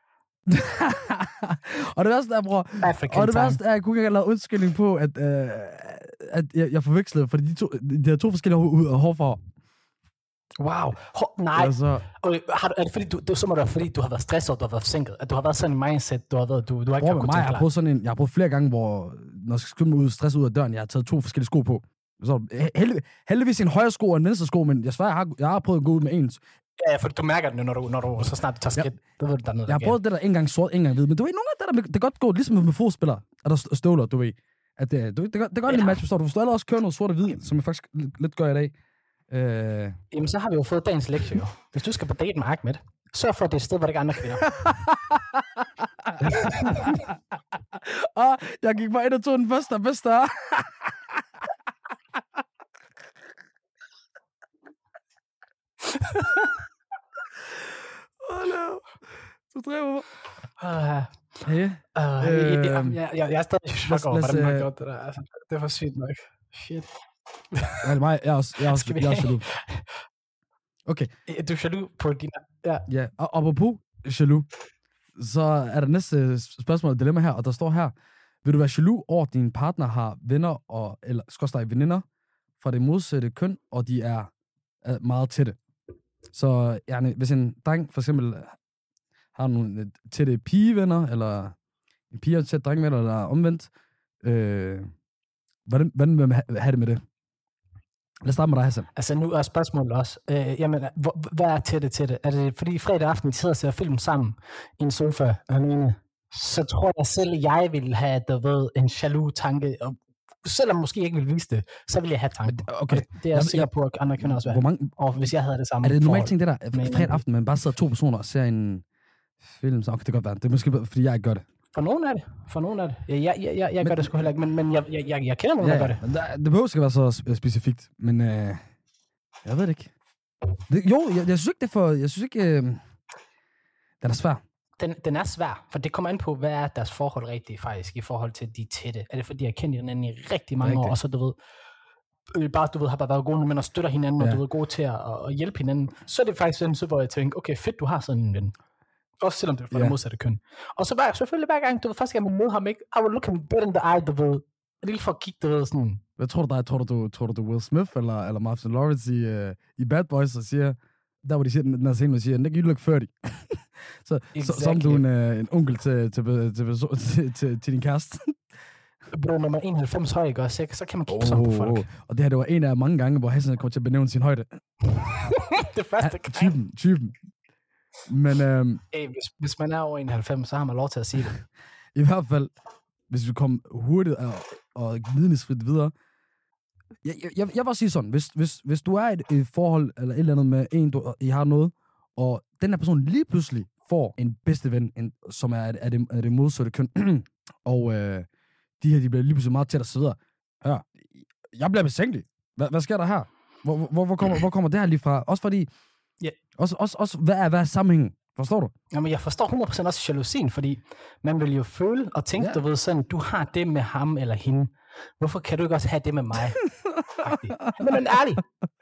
Og det værste er, bror, African og det time. værste er, at jeg kunne ikke have lavet undskyldning på, at, øh, at jeg, jeg forvekslede, fordi de, to, de har to forskellige hår- hårfarver. Wow. Ho- nej. Altså, Okay, har du, er det fordi, du, det, så må det være fordi, du har været stresset, og du har været forsinket. At du har været sådan en mindset, du har været, du, du har ikke bror, kunnet mig, tænke jeg har klart. prøvet sådan en, jeg har prøvet flere gange, hvor, når jeg skal skynde mig ud, stress ud af døren, jeg har taget to forskellige sko på. Så, held, heldigvis en højre sko og en venstre sko, men jeg svarer, jeg har, jeg har prøvet at gå ud med ens. Ja, for du mærker det, når du, når du så snart du tager skridt. Ja. Det ved du, der er noget, Jeg har der prøvet det der en gang sort, en gang hvid, men du ved, nogle af det der, det kan godt gå, ligesom med fodspillere, at der st- støvler, du ved. At det, du, det, det, det gør en Ja. match, forstår du. Hvis du allerede også kører noget sort og hvid, som jeg faktisk lidt gør i dag. Øh... Jamen, så har vi jo fået dagens lektie, jo. Hvis du skal på date med Ahmed, sørg for, at det er et sted, hvor der ikke er andre kvinder. ah, jeg gik bare ind og tog den første og bedste. Åh, no. Du driver mig. Uh, Hey. uh, jeg, jeg, Øhm, jeg, jeg, jeg er stadig i chok lad- over, lad os, hvordan man har øh, gjort det der. Altså, det er for sygt nok. Shit. Altså mig, jeg er også, jeg er også, Skal vi jeg er også have- jaloux. Okay, Er du jaloux på din... Ja. ja. Og apropos jaloux, så er der næste spørgsmål og dilemma her, og der står her, vil du være jaloux over, at din partner har venner, og, eller skorstræk veninder, fra det modsatte køn, og de er, er meget tætte? Så yani, hvis en dreng for eksempel har nogle øh, tætte pigevenner, eller en pige har tætte drengvenner, eller omvendt, øh, hvordan, hvordan vil man ha- have det med det? Lad os starte med dig, Hassan. Altså, nu er spørgsmålet også, øh, jamen, hvor, hvad er tætte tætte? Er det fordi fredag aften, vi sidder og ser film sammen i en sofa alene? Så tror jeg selv, jeg vil have, du ved, en jaloux tanke, og selvom måske ikke vil vise det, så vil jeg have tanken. Okay. Og det er jeg Jamen, sikker på, at andre kvinder også vil Hvor have. mange, Og hvis jeg havde det samme er det normalt forhold. ting, det der, med en fredag anden. aften, man bare sidder to personer og ser en film, så okay, det kan godt være. Det er måske, fordi jeg ikke gør det. For nogen er det. For nogen er det. Jeg, jeg, jeg, jeg, jeg gør det sgu heller ikke, men, men jeg, jeg, jeg, jeg kender nogen, der gør det. men der, det behøver ikke være så sp- specifikt, men øh, jeg ved det ikke. Det, jo, jeg, jeg synes ikke, det er for, jeg synes ikke, øh, den er svær. Den, den er svær, for det kommer an på, hvad er deres forhold rigtigt faktisk, i forhold til de tætte. Er det fordi, jeg kender hinanden i rigtig mange Rigtigt. år, og så du ved, øh, bare du ved, har bare været gode, men og støtter hinanden, Ja. og du ved, gode til at, at, at hjælpe hinanden, så er det faktisk sådan, så hvor jeg tænker, okay, fedt, du har sådan en ven. Også selvom det er fra Ja. det modsatte køn. Og så bare, selvfølgelig hver gang, du ved, første gang man møder ham, ikke, I will look him dead in the eye, du ved, lige for at kigge, du ved, sådan, Hvad tror du, der er? Tror du, du, tror du, du er Will Smith eller, eller Martin Lawrence i, uh, i Bad Boys, og siger, der hvor de siger, den der scene, hvor de siger, Nick, you look fyrre. så, exactly. så, som du er en, uh, en onkel til, til, til, til, til, til, til din kæreste. bro, når man er enoghalvfems høj, ikke også, ikke? Så kan man kigge sådan på folk. Og det her, det var en af mange gange, hvor Hassan kom til at benævne sin højde. Det første Ja, gang. typen, typen. Men øhm, Ey, hvis, hvis man er over enoghalvfems, så har man lov til at sige det. i hvert fald, hvis vi kommer hurtigt og, og gnidningsfrit videre, jeg, jeg, jeg, jeg vil også sige sådan, hvis, hvis, hvis du er i et, et forhold, eller et eller andet med en, du, I har noget, og den her person lige pludselig får en bedste ven, en, som er af det, er det modsatte køn, og øh, de her, de bliver lige pludselig meget tæt og så videre. Hør, jeg bliver betænkelig. Hvad, hvad sker der her? Hvor, hvor, hvor, kommer, hvor kommer det her lige fra? Også fordi, Ja. også, også, også hvad er, hvad er sammenhængen? Forstår du? Jamen, jeg forstår hundrede procent også jalousien, fordi man vil jo føle og tænke, Ja. du ved sådan, du har det med ham eller hende. Hvorfor kan du ikke også have det med mig? Faktisk. Men men ærlig.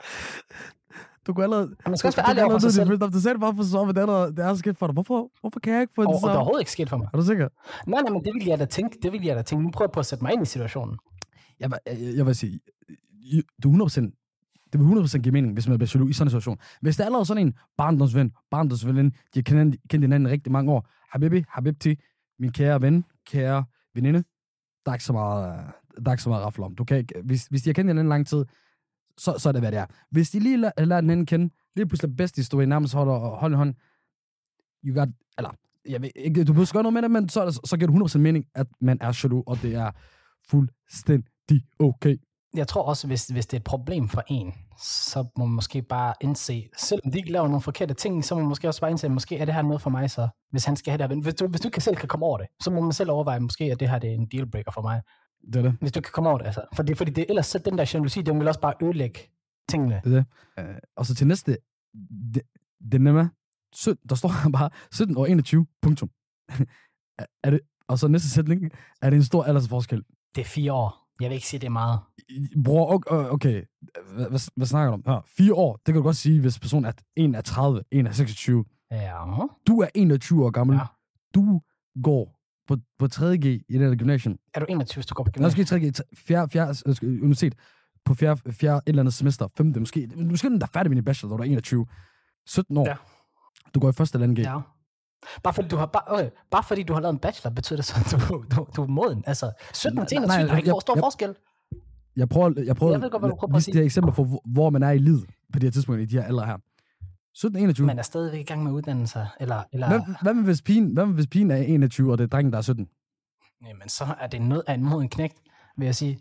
Du kunne allerede... Man skal også du- være ærlig du over for sig kunne selv. allerede- Du sagde det bare for så, men det er, det er sket for dig. Hvorfor, hvorfor kan jeg ikke få Og, det og det er så? overhovedet ikke sket for mig. Er du sikker? Nej, nej, men det vil jeg da tænke. Det vil jeg da tænke. Nu prøver jeg på at sætte mig ind i situationen. Jeg, vil- jeg, jeg vil sige, du er hundrede procent, det vil hundrede procent give mening, hvis man bliver jaloux i sådan en situation. Hvis der er allerede sådan en barndomsven, barndomsven, de har kendt, kendt hinanden i rigtig mange år. Habibi, habibti, min kære ven, kære veninde, der er ikke så meget, øh, der er ikke så meget raffel om. Du kan ikke, hvis, hvis de har kendt hinanden lang tid, så, så er det, hvad det er. Hvis de lige lærer lærer hinanden kende, lige pludselig bedste historie, nærmest holder hånd i hånd, you got, eller, jeg ved ikke, du behøver gøre noget med det, men så, så giver det hundrede procent mening, at man er jaloux, og det er fuldstændig okay. Jeg tror også, hvis, hvis det er et problem for en, så må man måske bare indse, selvom de ikke laver nogle forkerte ting, så må man måske også bare indse, at måske er det her noget for mig så, hvis han skal have det. Hvis du, hvis du ikke selv kan komme over det, så må man selv overveje, måske at det her det er en dealbreaker for mig. Det er det. Hvis du kan komme over det, altså. Fordi, fordi det, ellers så den der jalousi, den vil også bare ødelægge tingene. Det er det. Uh, og så til næste dilemma, der står bare sytten og enogtyve, punktum. Er det, og så næste sætning, er det en stor aldersforskel? Det er fire år. Jeg vil ikke sige, det er meget. Bror, okay, okay. Hvad, hvad, hvad snakker du om? Hør, fire år, det kan du godt sige, hvis personen er en er tredive, en er seksogtyve. Ja. Du er enogtyve år gammel. Ja. Du går på, på tredje G i det der gymnasium. Er du enogtyve, hvis du går på gymnasium? gymnasium? Nå, skal fjerde, fjerde, fjerde universitet. På fjerde, fjerde et eller andet semester. Femte, måske. Måske den der er færdig med din bachelor, når du er enogtyve. sytten år. Ja. Du går i første eller anden G. Ja. Bare fordi du har, bare, okay, bare fordi du har lavet en bachelor, betyder det så, at du, du, du er moden. Altså, sytten til enogtyve, der er ikke stor forskel. Jeg prøver, jeg prøver, jeg ved godt, hvad du prøver at vise de her eksempler for, hvor man er i livet på de her tidspunkter, i de her alder her. sytten enogtyve. Man er stadigvæk i gang med uddannelse, eller... eller... Hvad, hvad, med, hvis pigen, hvad med, hvis pigen er enogtyve, og det er drengen, der er sytten? Jamen, så er det noget af en moden knægt, vil jeg sige.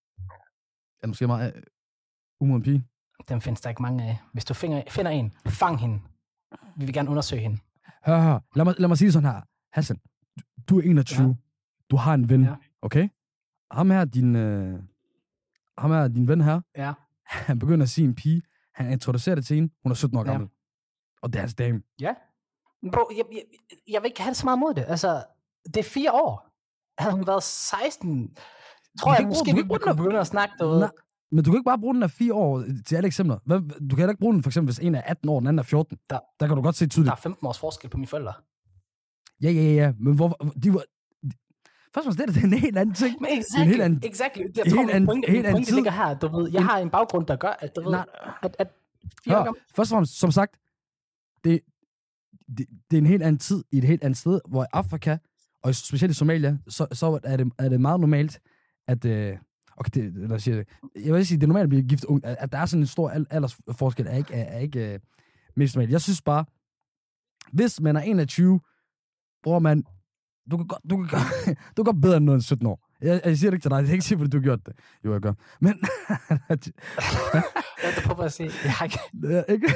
Er måske meget uh, umoden pige? Dem findes der ikke mange af. Hvis du finder, finder en, fang hende. Vi vil gerne undersøge hende. Hør, hør. Lad mig, lad mig sige sådan her. Hassan, du er enogtyve. Ja. Du har en ven, ja. Okay? Ham her, din, øh, ham her, din ven her, ja. Han begynder at sige en pige. Han introducerer det til hende. Hun er sytten år gammel. Ja. Og det er hans dame. Ja. Bro, jeg, jeg, jeg vil ikke have det så meget mod det. Altså, det er fire år. Havde hun været seksten, tror jeg måske, vi kunne begynde at snakke derude. Nej, men du kan ikke bare bruge den af fire år til alle eksempler. Du kan heller ikke bruge den, for eksempel, hvis en er atten år, den anden er fjorten. Der, der kan du godt se tydeligt. Der er femten års forskel på mine forældre. Ja, ja, ja. Men hvor, de var... Først og fremmest, det er en helt anden ting. Men exactly, en helt anden, exactly. Jeg tror, min pointe, min pointe ligger her. Du ved, jeg en, har en baggrund, der gør, at du ved, nej, at, at hør, først og fremmest, som sagt, det, det, det er en helt anden tid i et helt andet sted, hvor i Afrika, og specielt i Somalia, så, så er, det, er det meget normalt, at... Øh, okay, det, lad os sige det. Jeg vil sige, det er normalt at blive gift ung, at, at der er sådan en stor aldersforskel, er ikke, er, er ikke øh, mest normalt. Jeg synes bare, hvis man er enogtyve, bruger man... Du kan godt, du kan, du kan godt bedre end noget end sytten år. Jeg, jeg siger det ikke til dig. Jeg kan ikke sige, fordi du har gjort det. Jo, jeg gør. Men... Hvad er det på at sige? Jeg har ikke... ikke?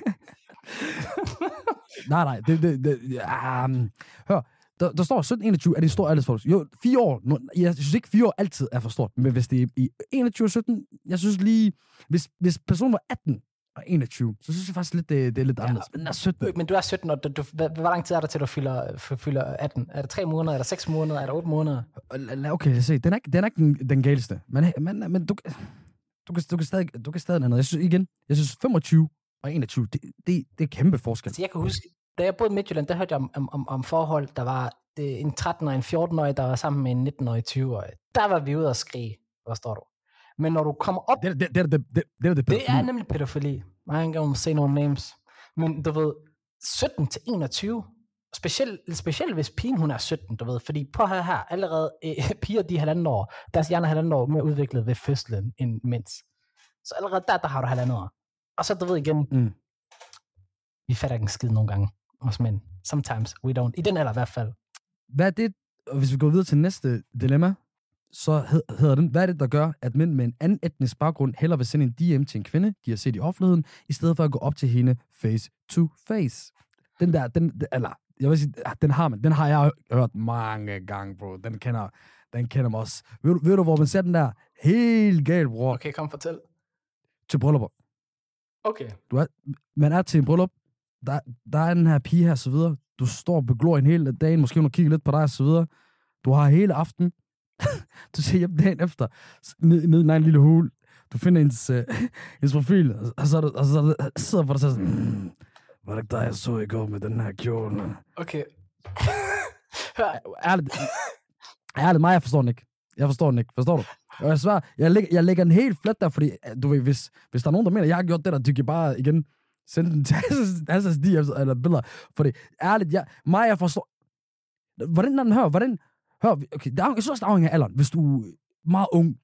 nej, nej. Det, det, det, um, hør, der, der står sytten enogtyve, er det en stor aldersforskel. Jo, fire år. Nu, jeg synes ikke, fire år altid er for stort. Men hvis det er i enogtyve og sytten, jeg synes lige... Hvis, hvis personen var atten og enogtyve, så synes jeg faktisk lidt, det, det er lidt ja, anderledes. Men den er sytten. Men du er sytten, og du, du, hvor lang tid er der til, du fylder, fylder atten? Er det tre måneder? Er der seks måneder? Er der otte måneder? Okay, lad os se. Den er, den er ikke den, den galeste. Men, men, men du, du, kan, du, kan stadig, du kan stadig noget. Jeg synes igen, jeg synes femogtyve og enogtyve, det, det, det er kæmpe forskel. Altså, jeg kan huske, da jeg boede i Midtjylland, der hørte jeg om, om, om, om forhold, der var det, en tretten- og en fjorten-årig, der var sammen med en nitten-årig, tyve-årig. Der var vi ude at skrige. Hvad står du? Men når du kommer op... Det, det, det, det, det, det, det, det, det er nemlig pædofili. Jeg kan ikke say no names. Men du ved, sytten til enogtyve, specielt, specielt hvis pigen hun er sytten, du ved, fordi på her her, allerede øh, piger de halvandet år, deres hjerne er halvandet år mere udviklet ved fødslen end mænds. Så allerede der, der har du halvandet år. Og så du ved igen, mm. vi fatter ikke en skid nogle gange, os mænd. Sometimes we don't. I den alder i hvert fald. Hvad er det, og hvis vi går videre til næste dilemma, så hedder den, hvad er det, der gør, at mænd med en anden etnisk baggrund hellere vil sende en D M til en kvinde, de har set i offentligheden, i stedet for at gå op til hende face to face? Den der, den, eller, jeg vil sige, den har man, den har jeg hørt mange gange, bro. Den kender, den kender mig også. Ved, ved du, hvor man ser den der? Helt galt, bror. Okay, kom fortæl. Til bryllupper. Okay. Du er, man er til en bryllup, der, der er den her pige her, så videre. Du står og beglor en hel dagen, måske hun kigger lidt på dig, så videre. Du har hele aften. Du ser hjem dagen efter, ned, ned i en lille hul. Du finder hendes, uh, hendes profil, og så, og så, og så sidder for dig sådan, mm, var det ikke dig, jeg så i går med den her kjole? Okay. Ærligt, ærligt, mig, jeg forstår den ikke. Jeg forstår den ikke, forstår du? Og jeg svarer, jeg lægger, jeg lægger den helt flat der, fordi, du ved, hvis, hvis der er nogen, der mener, jeg har gjort det der, de kan bare igen sende den til Hassans D M's eller billeder. Fordi, ærligt, jeg, mig, jeg forstår... Hvordan den hører, hvordan... Hør, okay, det er, jeg synes også, det afhænger af alderen. Hvis du er meget ung,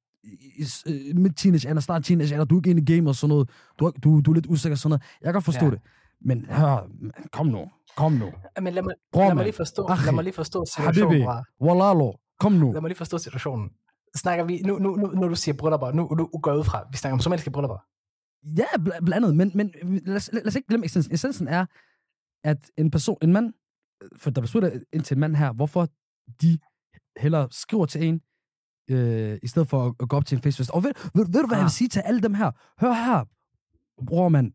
midt teenage eller start teenage, eller du er ikke inde i game og sådan noget, du, du, du er lidt usikker og sådan noget, jeg kan godt forstå ja. det. Men hør, kom nu, kom nu. Men lad mig, Bror, lad mig mand. lige forstå, Akhi. lad mig lige forstå situationen, Habibi, bror. Wallalo, kom nu. Lad mig lige forstå situationen. Snakker vi, nu, nu, nu, når du siger bryllupper, nu, nu går jeg ud fra, vi snakker om somaliske bryllupper. Ja, bl- blandet, men, men lad, os, lad os ikke glemme essensen. Essensen er, at en person, en mand, for der beslutter ind til en mand her, hvorfor de hellere skriver til en, øh, i stedet for at, at gå op til en festfest. Og ved, ved, ved du, hvad ah. jeg vil sige til alle dem her? Hør her, bror mand,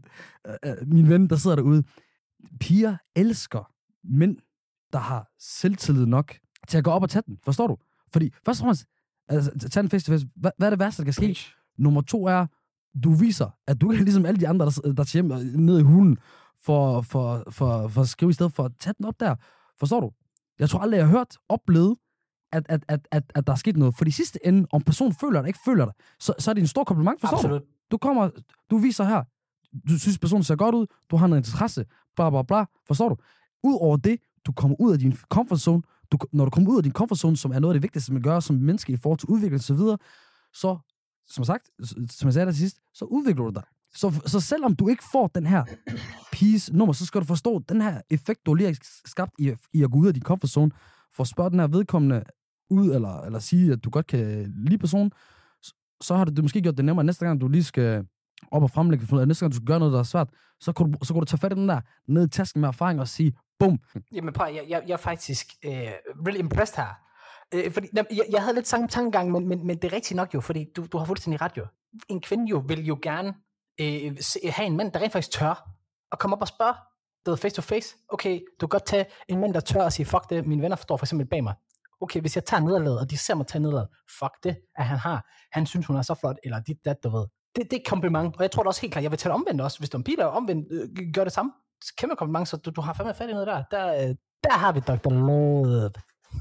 min ven, der sidder derude. Piger elsker mænd, der har selvtillid nok til at gå op og tage den. Forstår du? Fordi først og fremmest, altså, tage en festival, hvad, hvad er det værste, der kan ske? Preach. Nummer to er, du viser, at du er ligesom alle de andre, der, der tager hjem ned i hulen for, for, for, for at skrive i stedet for at tage den op der. Forstår du? Jeg tror aldrig, jeg har hørt, oplevet, at, at, at, at, at der er sket noget. For i sidste ende, om personen føler det, ikke føler det, så, så er det en stor kompliment, forstår Absolut. du? Du kommer, du viser her, du synes, personen ser godt ud, du har noget interesse, bla bla bla, forstår du? Udover det, du kommer ud af din comfort zone, du, når du kommer ud af din comfort zone, som er noget af det vigtigste, man gør som menneske i forhold til udvikling og så videre, så, som sagt, som jeg sagde der sidst, så udvikler du dig. Så, så selvom du ikke får den her piece nummer, så skal du forstå den her effekt, du lige har skabt i, i at gå ud af din comfort zone, for at spørge den her vedkommende ud, eller, eller sige, at du godt kan lide personen, så, så har du det måske gjort det nemmere. Næste gang, du lige skal op og fremlægge, næste gang, du skal gøre noget, der er svært, så kan du, så kan du tage fat i den der ned i tasken med erfaring og sige, bum. Jamen prøv, jeg, jeg, jeg er faktisk uh, really impressed her. Uh, fordi, jeg, jeg havde lidt samme tankegang, men, men, men det er rigtigt nok jo, fordi du, du har fuldstændig ret jo. En kvinde jo vil jo gerne uh, se, have en mand, der rent faktisk tør at komme op og spørge, du ved, face to face. Okay, du kan godt tage en mand, der tør at sige, fuck det, mine venner står for eksempel bag mig. Okay, hvis jeg tager nederlaget, og de ser mig tage nederlaget, fuck det, at han har, han synes, hun er så flot, eller dit, dat, du ved. Det, det er et kompliment, og jeg tror det også helt klart, jeg vil tage det omvendt også, hvis du er en pige, der omvendt øh, gør det samme. Kæmpe kompliment, så du, du har fandme fat i noget der. Der, øh, der har vi doktor Love.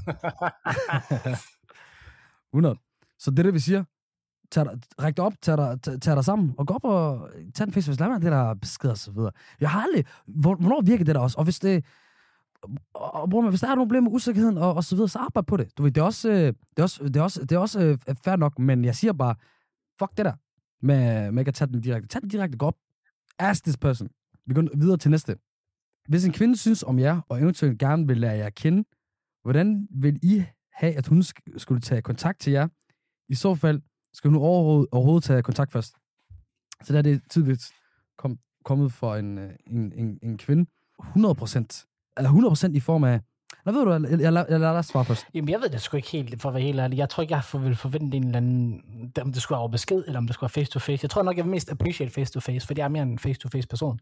hundrede. Så det er det, vi siger. Tag dig, ræk dig op, tag dig, tag, tag dig sammen, og gå op og tag den festival. Lad mig det der besked og så videre. Jeg har aldrig, hvornår virker det der også? Og hvis det, og bror, hvis der er nogle problemer med usikkerheden og, og så videre, så arbejde på det. Du ved, det er også, det er også, det er også, det er også øh, fair nok, men jeg siger bare, fuck det der, med, med ikke at tage den direkte. Tag den direkte, gå op. Ask this person. Vi går videre til næste. Hvis en kvinde synes om jer, og eventuelt gerne vil lære jer at kende, hvordan vil I have, at hun sk- skulle tage kontakt til jer? I så fald skal hun overhovedet, overhovedet tage kontakt først. Så der er det tidligt kom, kommet for en, en, en, en kvinde. hundrede procent. hundrede procent i form af... Nå, ved du, jeg, jeg, jeg, jeg lader dig svare først. Jamen, jeg ved det sgu ikke helt, for at være helt ærlig. Jeg tror ikke, jeg for, vil forvente en eller anden... Om det skulle være over besked, eller om det skulle være face-to-face. Jeg tror nok, jeg vil mest appreciate face-to-face, fordi jeg er mere en face-to-face person.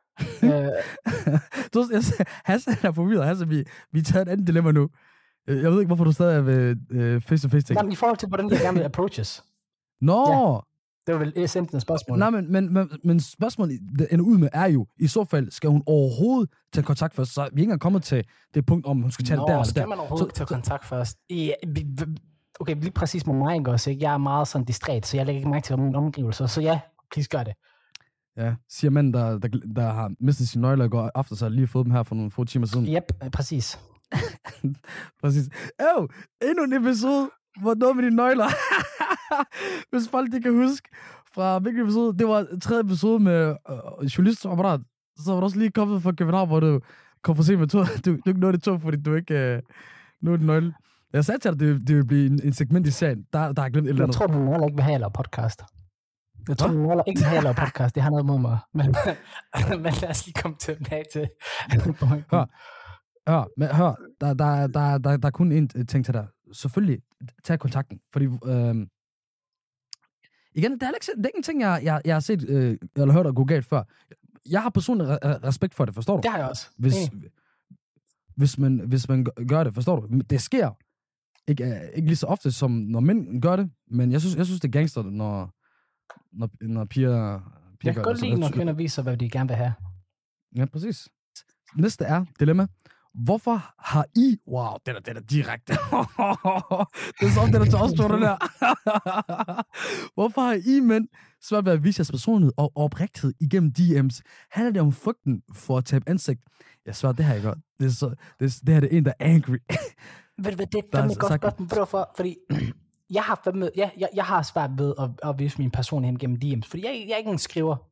du, jeg, Hassan er forvirret. Hassan, vi, vi tager et andet dilemma nu. Jeg ved ikke, hvorfor du stadig er ved uh, face-to-face-ting. Jamen, i forhold til, hvordan jeg gerne vil approaches. Nå! Ja. Det var vel essensen spørgsmål. Nej, men, men, men, men spørgsmålet, det ender ud med, er jo, i så fald skal hun overhovedet tage kontakt først, så vi er ikke engang kommet til det punkt, om hun skal tage Nå, det der eller der. skal man overhovedet så, tage kontakt først? Ja, okay, lige præcis med mig, ikke også? Ikke? Jeg er meget sådan distræt, så jeg lægger ikke mærke til mine omgivelser, så ja, please gør det. Ja, siger manden, der, der, der har mistet sine nøgler i går aften, så har lige fået dem her for nogle få timer siden. Yep, præcis. præcis. Øv, endnu en episode, hvor noget med dine nøgler. Hvis folk de kan huske fra hvilken episode, det var tredje episode med øh, journalistapparat, så var du også lige kommet fra København, hvor du kom for sent med tog. Du, du ikke nåede det tog, fordi du ikke øh, nåede den nøgle. Jeg sagde til dig, det, det vil blive en, en segment i serien. Der, der er glemt et eller andet. Jeg tror, du nøgler ikke vil have eller podcast. Jeg tror, du nøgler ikke vil have eller podcast. Det har noget mod mig. Men, men lad os lige komme tilbage til hør, hør, men hør, der, der, der, der, der er kun en ting til dig. Selvfølgelig, tag kontakten. Fordi, øh, igen, det er, ikke, det er ikke en ting, jeg, jeg, jeg har set øh, eller hørt at gå galt før. Jeg har personligt re- respekt for det, forstår du? Det har jeg også. Hvis, mm. hvis, man, hvis man gør det, forstår du? Det sker ikke, ikke lige så ofte, som når mænd gør det, men jeg synes, jeg synes det er gangster, når, når, når piger, piger jeg kan godt lide, når kvinder viser, hvad de gerne vil have. Ja, præcis. Næste er dilemma. Hvorfor har I... Wow, det er da direkte. det er sådan, det er til os, tror du der. Hvorfor har I mænd svært ved at vise jeres personlighed og oprigtighed igennem D M's? Handler det om frygten for at tabe ansigt? Jeg svarer, det her er godt. Det, er så, det, er, det her er det en, der er angry. Ved du hvad, det er fandme godt spørgsmål. Hvorfor? Fordi jeg har, fandme, ja, jeg, jeg har svært ved at, at vise min personlighed gennem D M's. Fordi jeg, jeg er ikke en skriver.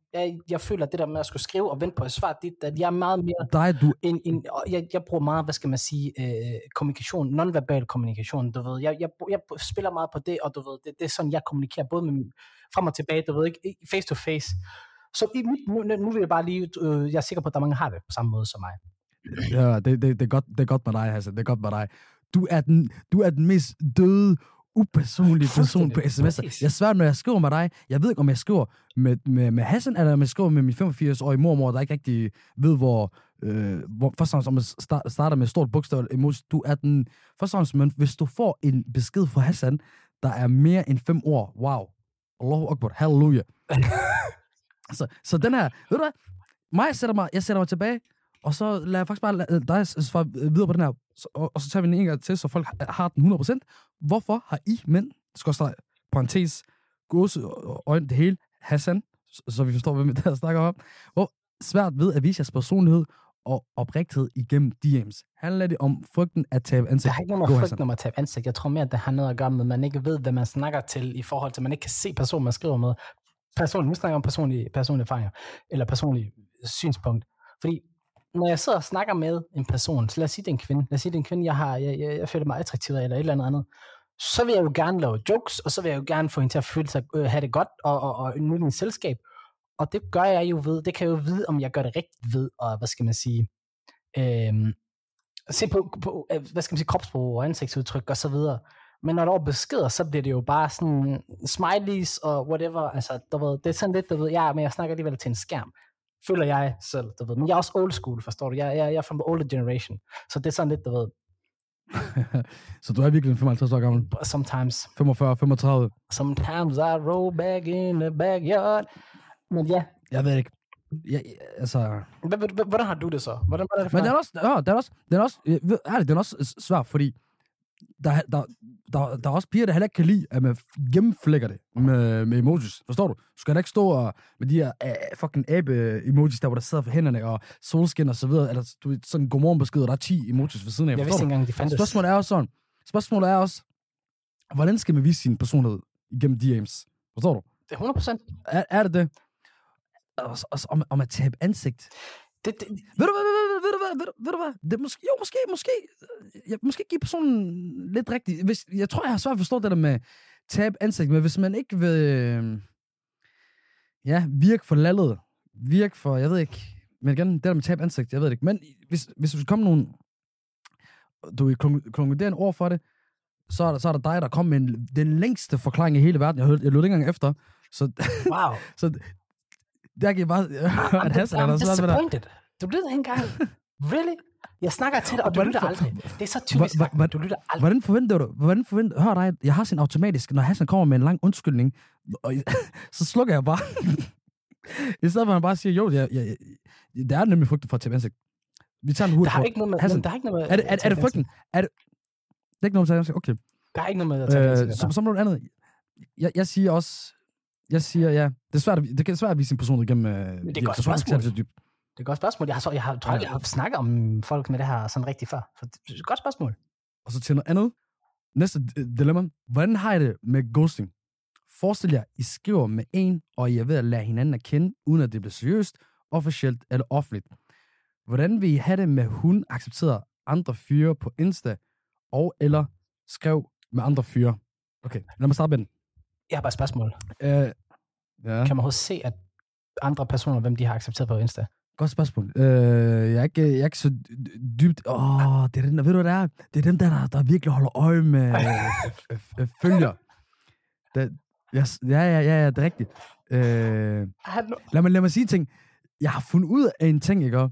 Jeg, jeg føler, at det der med at skulle skrive og vente på et svar, det, at jeg er meget mere... dig, du... En, en, jeg, jeg bruger meget, hvad skal man sige, øh, kommunikation, nonverbal kommunikation, du ved. Jeg, jeg, jeg spiller meget på det, og du ved, det, det er sådan, jeg kommunikerer både med frem og tilbage, du ved ikke, face to face. Så i mit, nu, nu vil jeg bare lige, øh, jeg er sikker på, at der mange har det på samme måde som mig. Ja, det, det, det, er godt, det er godt med dig, Hassan. Det er godt med dig. Du er den, du er den mest døde, upersonlige person på sms'er. Jeg svær, når jeg skriver med dig, jeg ved ikke, om jeg skriver med, med, med Hassan, eller om jeg skriver med min femogfirs-årige mormor, der ikke rigtig ved, hvor... Øh, hvor først og fremmest, om man starter med stort bogstav emoji, du er den... Først og fremmest, men hvis du får en besked fra Hassan, der er mere end fem ord, wow. Allahu Akbar, halleluja. så, så den her, ved du hvad? Mig sætter mig, jeg sætter mig tilbage, og så lader jeg faktisk bare lade dig svare videre på den her, og, og så tager vi den en gang til, så folk har den hundrede procent. Hvorfor har I mænd, skorstræk, parentes, gåse, øjne, det hele, Hassan, så vi forstår, hvem der snakker om, hvor svært ved at vise jeres personlighed og oprigtighed igennem D M's. Handler det om frygten at tabe ansigt? Det har ikke noget med frygten om at tabe ansigt. Jeg tror mere, at det har noget at gøre med, at man ikke ved, hvad man snakker til, i forhold til, at man ikke kan se personen, man skriver med. Personligt, nu snakker jeg om personlige, personlige erfaringer, eller personlige synspunkt. Fordi når jeg sidder og snakker med en person, så lad os sige, det er en kvinde, lad os sige, det er en kvinde, jeg, har, jeg, jeg, jeg føler mig attraktiv af, eller et eller andet andet, så vil jeg jo gerne lave jokes, og så vil jeg jo gerne få hende til at føle sig, øh, have det godt, og, og, og nyde min selskab. Og det gør jeg jo ved, det kan jeg jo vide, om jeg gør det rigtigt ved, og hvad skal man sige, øhm, se på, på, hvad skal man sige, kropsprog og ansigtsudtryk og så videre. Men når der er beskeder, så bliver det jo bare sådan smileys og whatever, altså, du ved, det er sådan lidt, du ved, ja, men jeg snakker alligevel til en skærm, føler jeg selv, du ved, men jeg er også old school, forstår du, jeg, jeg, jeg er from the older generation, så det er sådan lidt, du ved. Så du er virkelig femoghalvtreds år gammel? Sometimes. femogfyrre, femogtredive? Sometimes I roll back in the backyard. Men ja. Jeg ved ikke. Ja, altså... Hvordan har du det så? Hvordan var det for Men det er også, ja, det er også, det er også, ved, ærligt, det er også svært, fordi der, der, der, der er også piger, der heller ikke kan lide, at man gennemflækker det med, med emojis. Forstår du? Du skal da ikke stå og, med de her uh, fucking abe-emojis, der hvor der sidder for hænderne og solskin og så videre. Eller du er sådan en godmorgenbesked, og der er ti emojis ved siden af. Jeg vidste ikke engang, de fandtes. Spørgsmålet er også sådan. Spørgsmålet er også, hvordan skal man vise sin personlighed igennem D M's? Forstår du? Det er hundrede procent. Er, er det det? Og, og, om, om at tabe ansigt. Det, det... Ved du hvad, ved, ved, ved, ved, ved du hvad? Det måske, jo, måske, måske. Jeg måske give personen lidt rigtigt. Hvis, jeg tror, jeg har svært at forstå det der med tabe ansigt, men hvis man ikke vil ja, virke for lallet, virke for, jeg ved ikke, men igen, det der med tabe ansigt, jeg ved det ikke, men hvis, hvis du kommer nogen, du vil konkludere en ord for det, så er der, så er der dig, der kommer med en, den længste forklaring i hele verden. Jeg, hørte, jeg lød ikke engang efter. Så, wow. så der kan jeg bare høre, at Hassan er der så disappointed. Du lytter ikke engang. Really? Jeg snakker til dig, og du lytter aldrig. Det er så typisk, at du lytter aldrig. Hvordan forventer du? Hvordan forventer hør dig? Jeg har sin automatisk, når Hassan kommer med en lang undskyldning, og så slukker jeg bare. I stedet for at han bare siger, jo, jeg, jeg, jeg, der er nemlig frygten for at tabe ansigt. Vi tager en hurtigt. Der har ikke noget med, Hassan, der har ikke noget med er det, er, er det frygten? Er det, det er ikke noget med at tabe ansigt? Okay. Der er ikke noget med at tabe ansigt. Som, som noget andet. Jeg, jeg siger også, jeg siger, ja, det er svært, det er svært at vise sin person igennem. Men det er godt spørgsmål. Det er et godt spørgsmål. Jeg har, så, jeg har, tror, jeg har snakket om folk med det her sådan rigtig før. Så det er et godt spørgsmål. Og så til noget andet. Næste dilemma. Hvordan har I det med ghosting? Forestil jer, I skriver med en, og I er ved at lære hinanden at kende, uden at det bliver seriøst, officielt eller offentligt. Hvordan vil I have det med, at hun accepterer andre fyre på Insta, og eller skrev med andre fyre? Okay, lad mig starte med den. Jeg har bare et spørgsmål. Uh, ja. Kan man også se, at andre personer, hvem de har accepteret på Insta? Godt spørgsmål. Uh, jeg, er ikke, jeg er ikke så dybt... Åh, oh, det er den der, ved du hvad det er? Det er dem der, der, der virkelig holder øje med uh, følger. Det, ja, ja, ja, ja, det er rigtigt. Uh, lad, mig, lad mig sige ting. Jeg har fundet ud af en ting, ikke?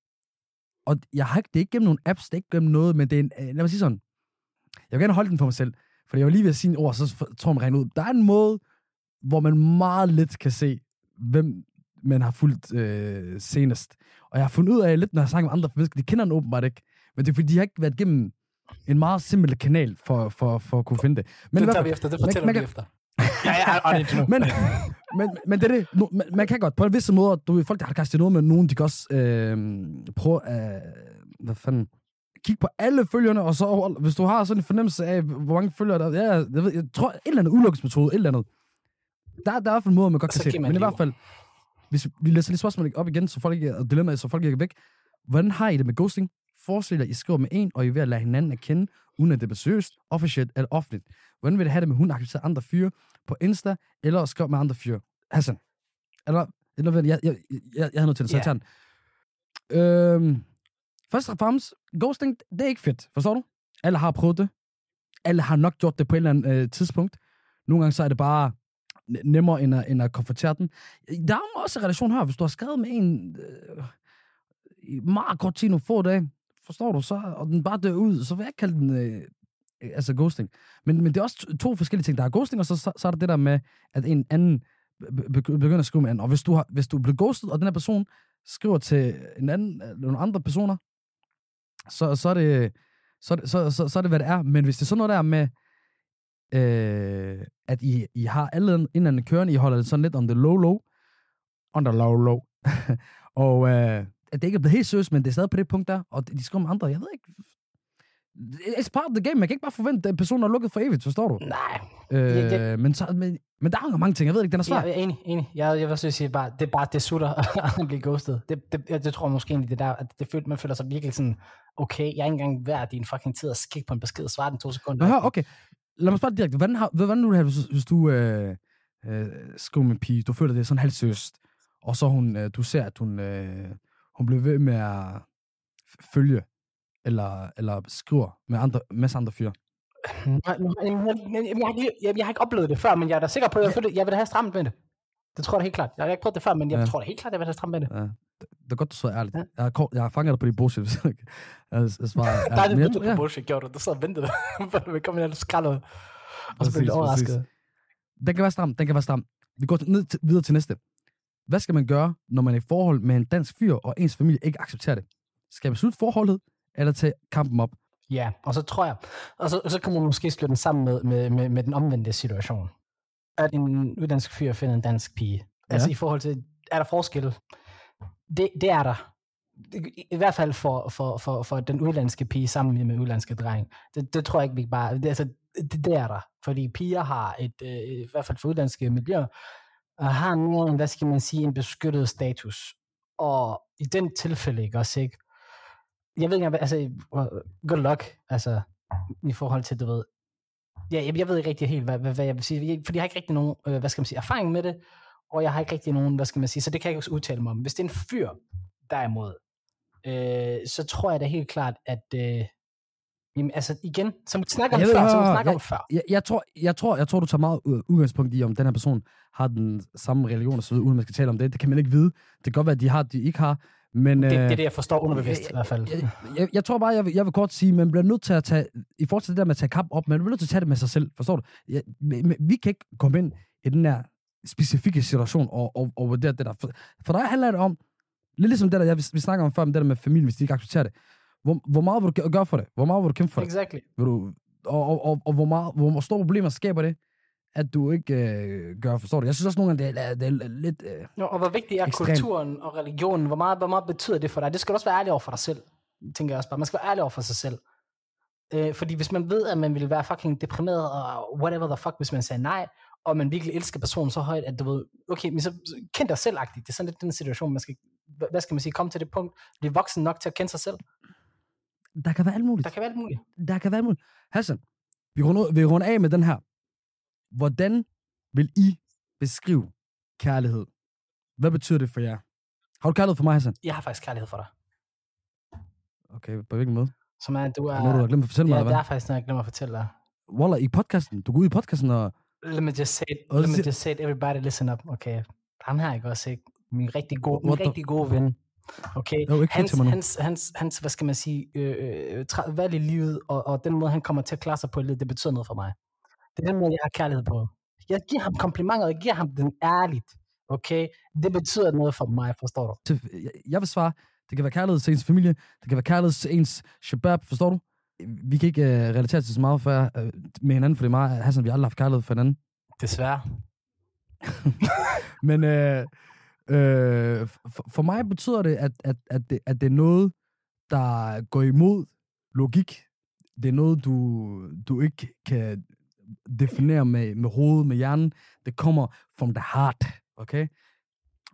Og jeg har ikke, det er ikke gennem nogle apps, det er ikke gennem noget, men det er en, lad mig sige sådan. Jeg vil gerne holde den for mig selv, for jeg var lige ved at sige en ord, så tror man regner ud. Der er en måde, hvor man meget let kan se, hvem man har fulgt øh, senest. Og jeg har fundet ud af lidt, når jeg snakker med andre mennesker, de kender den åbenbart ikke, men det er fordi, de har ikke været gennem en meget simpel kanal for, for, for at kunne finde det. Men det tager vi efter, det fortæller man, vi efter. ja, ja, ja, men, men, men det er det. Man, man kan godt, på en vis måde, du ved, folk, der har kastet noget med nogen, de kan også øh, prøve at, øh, hvad fanden, kigge på alle følgerne, og så, hvis du har sådan en fornemmelse af, hvor mange følgere der er, ja, jeg, ved, jeg tror, et eller andet udelukkelsesmetode, et eller andet. Der, der er i hvert fald en måde, man godt kan se det. Men i hvert fald, hvis vi læser lige spørgsmålet op igen, så folk ikke, og dilemmaet, så folk ikke er væk. Hvordan har I det med ghosting? Forestil jer, I skriver med en, og I er ved at lade hinanden erkende, uden at det er seriøst, officielt eller offentligt. Hvordan vil det have det med, hun accepterer andre fyre på Insta, eller skriver med andre fyre? Hassan. Eller, eller jeg, jeg, jeg, jeg, jeg har noget til det, så yeah. jeg tager den. Øhm, først og fremmest, ghosting, det er ikke fedt, forstår du? Alle har prøvet det. Alle har nok gjort det på et eller andet øh, tidspunkt. Nogle gange så er det bare nemmere, end at, end at konfrontere den. Der er også en relation her, hvis du har skrevet med en øh, i meget kort tid, nogle få dage, forstår du, så, og den bare dør ud, så vil jeg ikke kalde den øh, altså ghosting. Men, men det er også to, to forskellige ting. Der er ghosting, og så, så, så er der det der med, at en anden begynder at skrive med anden. Og hvis du, har, hvis du bliver ghostet, og den her person skriver til en anden, eller nogle andre personer, så, så, er det, så, så, så, så er det, hvad det er. Men hvis det er sådan noget der med, øh, at I, I har alle en eller anden kørende, I holder det sådan lidt on the low low, on the low low, og øh, at det ikke er blevet helt seriøst, men det er stadig på det punkt der, og de skriver med andre, jeg ved ikke, it's part of the game, man kan ikke bare forvente, at personen er lukket for evigt, forstår du? Nej. Øh, jeg, jeg, men, så, men, men der er jo mange ting, jeg ved ikke, den er svær. Jeg er enig, enig. Jeg, jeg vil så sige, bare, det er bare, det sutter at blive ghostet. Det, det, det, det tror jeg måske egentlig, det der, at det føler, man føler sig virkelig sådan, okay, jeg er ikke engang værd din fucking tid at kigge på en besked og svare den to sekunder. Nå, okay. Lad mig spørge direkte, hvordan, har, hvordan nu det her, hvis, hvis du øh, øh, skriver med en pige, du føler, det er sådan halvsøst, og så hun, øh, du ser, at hun, øh, hun bliver ved med at følge, eller, eller skriver med andre, masse andre fyre. Jeg, jeg, jeg, jeg, jeg har ikke oplevet det før, men jeg er da sikker på, at jeg, ja. jeg vil da have stramt med det. Det tror jeg da helt klart. Jeg har ikke prøvet det før, men jeg ja. tror da helt klart, at jeg vil have stramt med det. Ja. Det er godt, du så ærligt. Ja. Jeg, har, jeg har fanget dig på de bullshit. jeg, jeg svarer, der er det mindre på bullshit, gjorde du. Du sad og ventede, før du vil komme ind og skralde, og så blev det overrasket. Den kan være stram, den kan være stram. Vi går ned til, videre til næste. Hvad skal man gøre, når man er i forhold med en dansk fyr, og ens familie ikke accepterer det? Skal man slutte forholdet, eller tage kampen op? Ja, og så tror jeg, og så, og så kan man måske slå den sammen med, med, med, med den omvendte situation. At en uddansk fyr finder en dansk pige. Ja. Altså i forhold til, er der forskel? Det, det er der. I hvert fald for, for, for, for den udlandske pige sammen med udlandske dreng. Det, det tror jeg ikke, vi bare... Det, altså, det, det er der. Fordi piger har et, øh, i hvert fald for udlandske miljøer, har mere en, hvad skal man sige, en beskyttet status. Og i den tilfælde, ikke også, ikke? Jeg ved ikke, altså, good luck, altså, i forhold til, du ved, ja, jeg, jeg ved ikke rigtig helt, hvad, hvad, hvad jeg vil sige, fordi jeg har ikke rigtig nogen, øh, hvad skal man sige, erfaring med det, og jeg har ikke rigtig nogen, hvad skal man sige, så det kan jeg ikke også udtale mig om. Hvis det er en fyr, derimod, øh, så tror jeg da helt klart, at, øh, jamen, altså igen, som vi snakker om jeg før, ved, som vi snakker jeg, om før. Jeg, jeg, tror, jeg, tror, jeg tror, du tager meget udgangspunkt i, om den her person har den samme religion og så videre, uden man skal tale om det. Det kan man ikke vide. Det kan godt være, at de har, de ikke har. Men, det, det øh, er det, jeg forstår underbevidst jeg, i hvert fald. Jeg, jeg, jeg tror bare, jeg vil, jeg vil kort sige, at man bliver nødt til at tage, i forhold til det der med at tage kamp op, man bliver nødt til at tage det med sig selv, forstår du? Jeg, vi kan ikke komme ind i den her specifikke situation og, og, og vurdere det der. For, for der handler det om, lidt ligesom det der, jeg, vi, vi snakker om før, med det der med familien, hvis de ikke accepterer det. Hvor, hvor meget vil du gøre for det? Hvor meget vil du kæmpe for det? Exactly. Vil du, og, og, og, og hvor, meget, hvor store problemer skaber det, at du ikke øh, gør, forstår du? Jeg synes også nogle gange, det er, det er lidt øh, jo, og hvor vigtig er ekstrem. Kulturen og religionen? Hvor meget, hvor meget betyder det for dig? Det skal du også være ærlig over for dig selv, tænker jeg også bare. Man skal være ærlig over for sig selv. Øh, fordi hvis man ved, at man vil være fucking deprimeret, og whatever the fuck, hvis man sagde nej, og man virkelig elsker personen så højt, at du ved, okay, men så kend dig selvagtigt. Det er sådan lidt den situation, man skal, hvad skal man sige, komme til det punkt, blive voksen nok til at kende sig selv. Der kan være alt muligt. Der kan være alt muligt. Der kan være alt muligt. Hassan, vi runder, vi runder af med den her. Hvordan vil I beskrive kærlighed? Hvad betyder det for jer? Har du kærlighed for mig, Hassan? Jeg har faktisk kærlighed for dig. Okay, på hvilken måde? Som er, du er... Er noget, du har glemt at fortælle ja, mig, eller hvad? det er faktisk noget, jeg glemmer at fortælle dig. Wallah, i podcasten. Du går ud i podcasten og... Let me just say it. Let me just say it. Everybody listen up. Okay. Ham her, ikke også, ikke? Min rigtig gode, min rigtig gode ven. Okay, jo, hans, hans, hans, hans, hvad skal man sige, øh, øh, valg i livet, og, og den måde, han kommer til at klare sig på i livet, det betyder noget for mig. Det er den måde, jeg har kærlighed på. Jeg giver ham komplimenter, og jeg giver ham den ærligt. Okay, det betyder noget for mig, forstår du? Jeg vil svare, det kan være kærlighed til ens familie, det kan være kærlighed til ens shabab, forstår du? Vi kan ikke uh, relatere til så meget for, uh, med hinanden, for det er meget, Hassan, vi har aldrig haft kærlighed for hinanden. Desværre. Men øh, øh, for, for mig betyder det at, at, at det, at det er noget, der går imod logik. Det er noget, du, du ikke kan definere med, med hovedet, med hjernen. Det kommer from the heart, okay?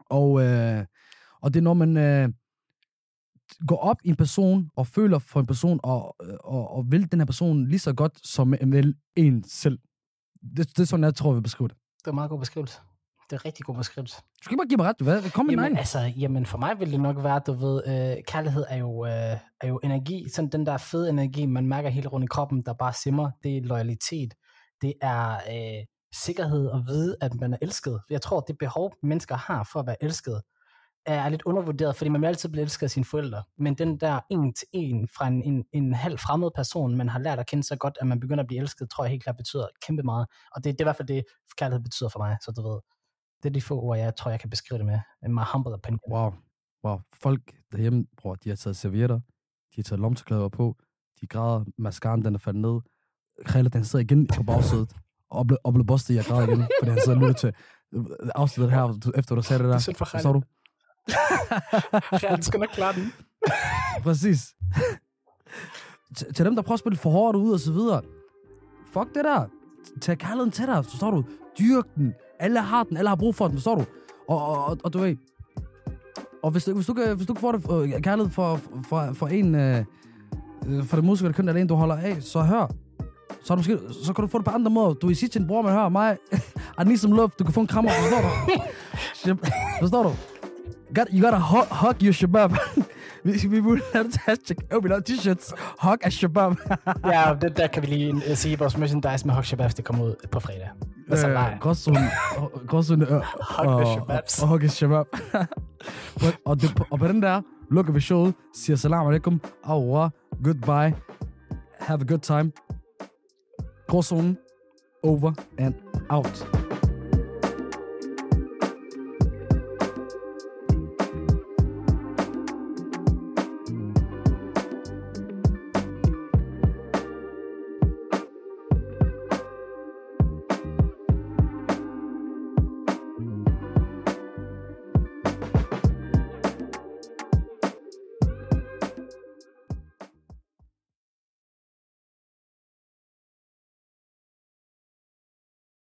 Og, øh, og det er, når man øh, går op i en person, og føler for en person, og, og, og vil den her person lige så godt, som man vil en selv. Det, det er sådan, jeg tror, vi beskriver det. Det er en meget god beskrivelse. Det er en rigtig god beskrivelse. Du skal ikke bare give mig ret, du ved. Kom med Jamen, den altså, jamen, for mig vil det nok være, du ved, øh, kærlighed er jo, øh, er jo energi. Sådan den der fede energi, man mærker helt rundt i kroppen, der bare simmer. Det er loyalitet. Det er øh, sikkerhed at vide, at man er elsket. Jeg tror, det behov, mennesker har for at være elsket, er lidt undervurderet, fordi man vil altid blive elsket af sine forældre. Men den der en til en fra en, en, en halv fremmed person, man har lært at kende så godt, at man begynder at blive elsket, tror jeg helt klart betyder kæmpe meget. Og det, det er i hvert fald det, kærlighed betyder for mig, så du ved. Det er de få ord, jeg tror, jeg kan beskrive det med. My humble opinion. Wow. Wow. Folk derhjemme, bror, de har taget servietter, de har taget lomterklæder på, de græder, mascaraen den er faldet ned, Krille, den sidder igen på bagsædet, og blev, og blev bustet i at græde igen, fordi han sidder og lytter til afsnittet her, efter du sagde det der. Det Forstår du? Ja, du skal nok klare den. Præcis. Til, til dem, der prøver at spille for hårdt ud og så videre. Fuck det der. Tag kærligheden til dig, forstår du? Dyrk den. Alle har den, alle har brug for den, forstår du? Og, og, og, og du ved... Og hvis, hvis, du, hvis du kan få det uh, kærlighed for, for, for en... Uh, for det musikere, der kun er en, du holder af, så hør. Så, måske, så kan du få det på andre måder. Du er i sidst til en bror, man hører mig. I need some love. Du kan få en krammer, forstår du? Forstår du? Got, you gotta hug, hug your shabab. vi, vi burde lave det hashtag. Oh, vi laver t-shirts. Hug a shabab. Ja, det, der kan vi lige sige, at vores merchandise med Hug Shababs, det kommer ud på fredag. Hvad så nej? Gråzone. Gråzone. Hug the Shababs. Og hug a shabab. og, det, og på den der lukker vi showet. Siger salam alaikum. Au revoir. Goodbye. Have a good time. Gråzone. Over and out.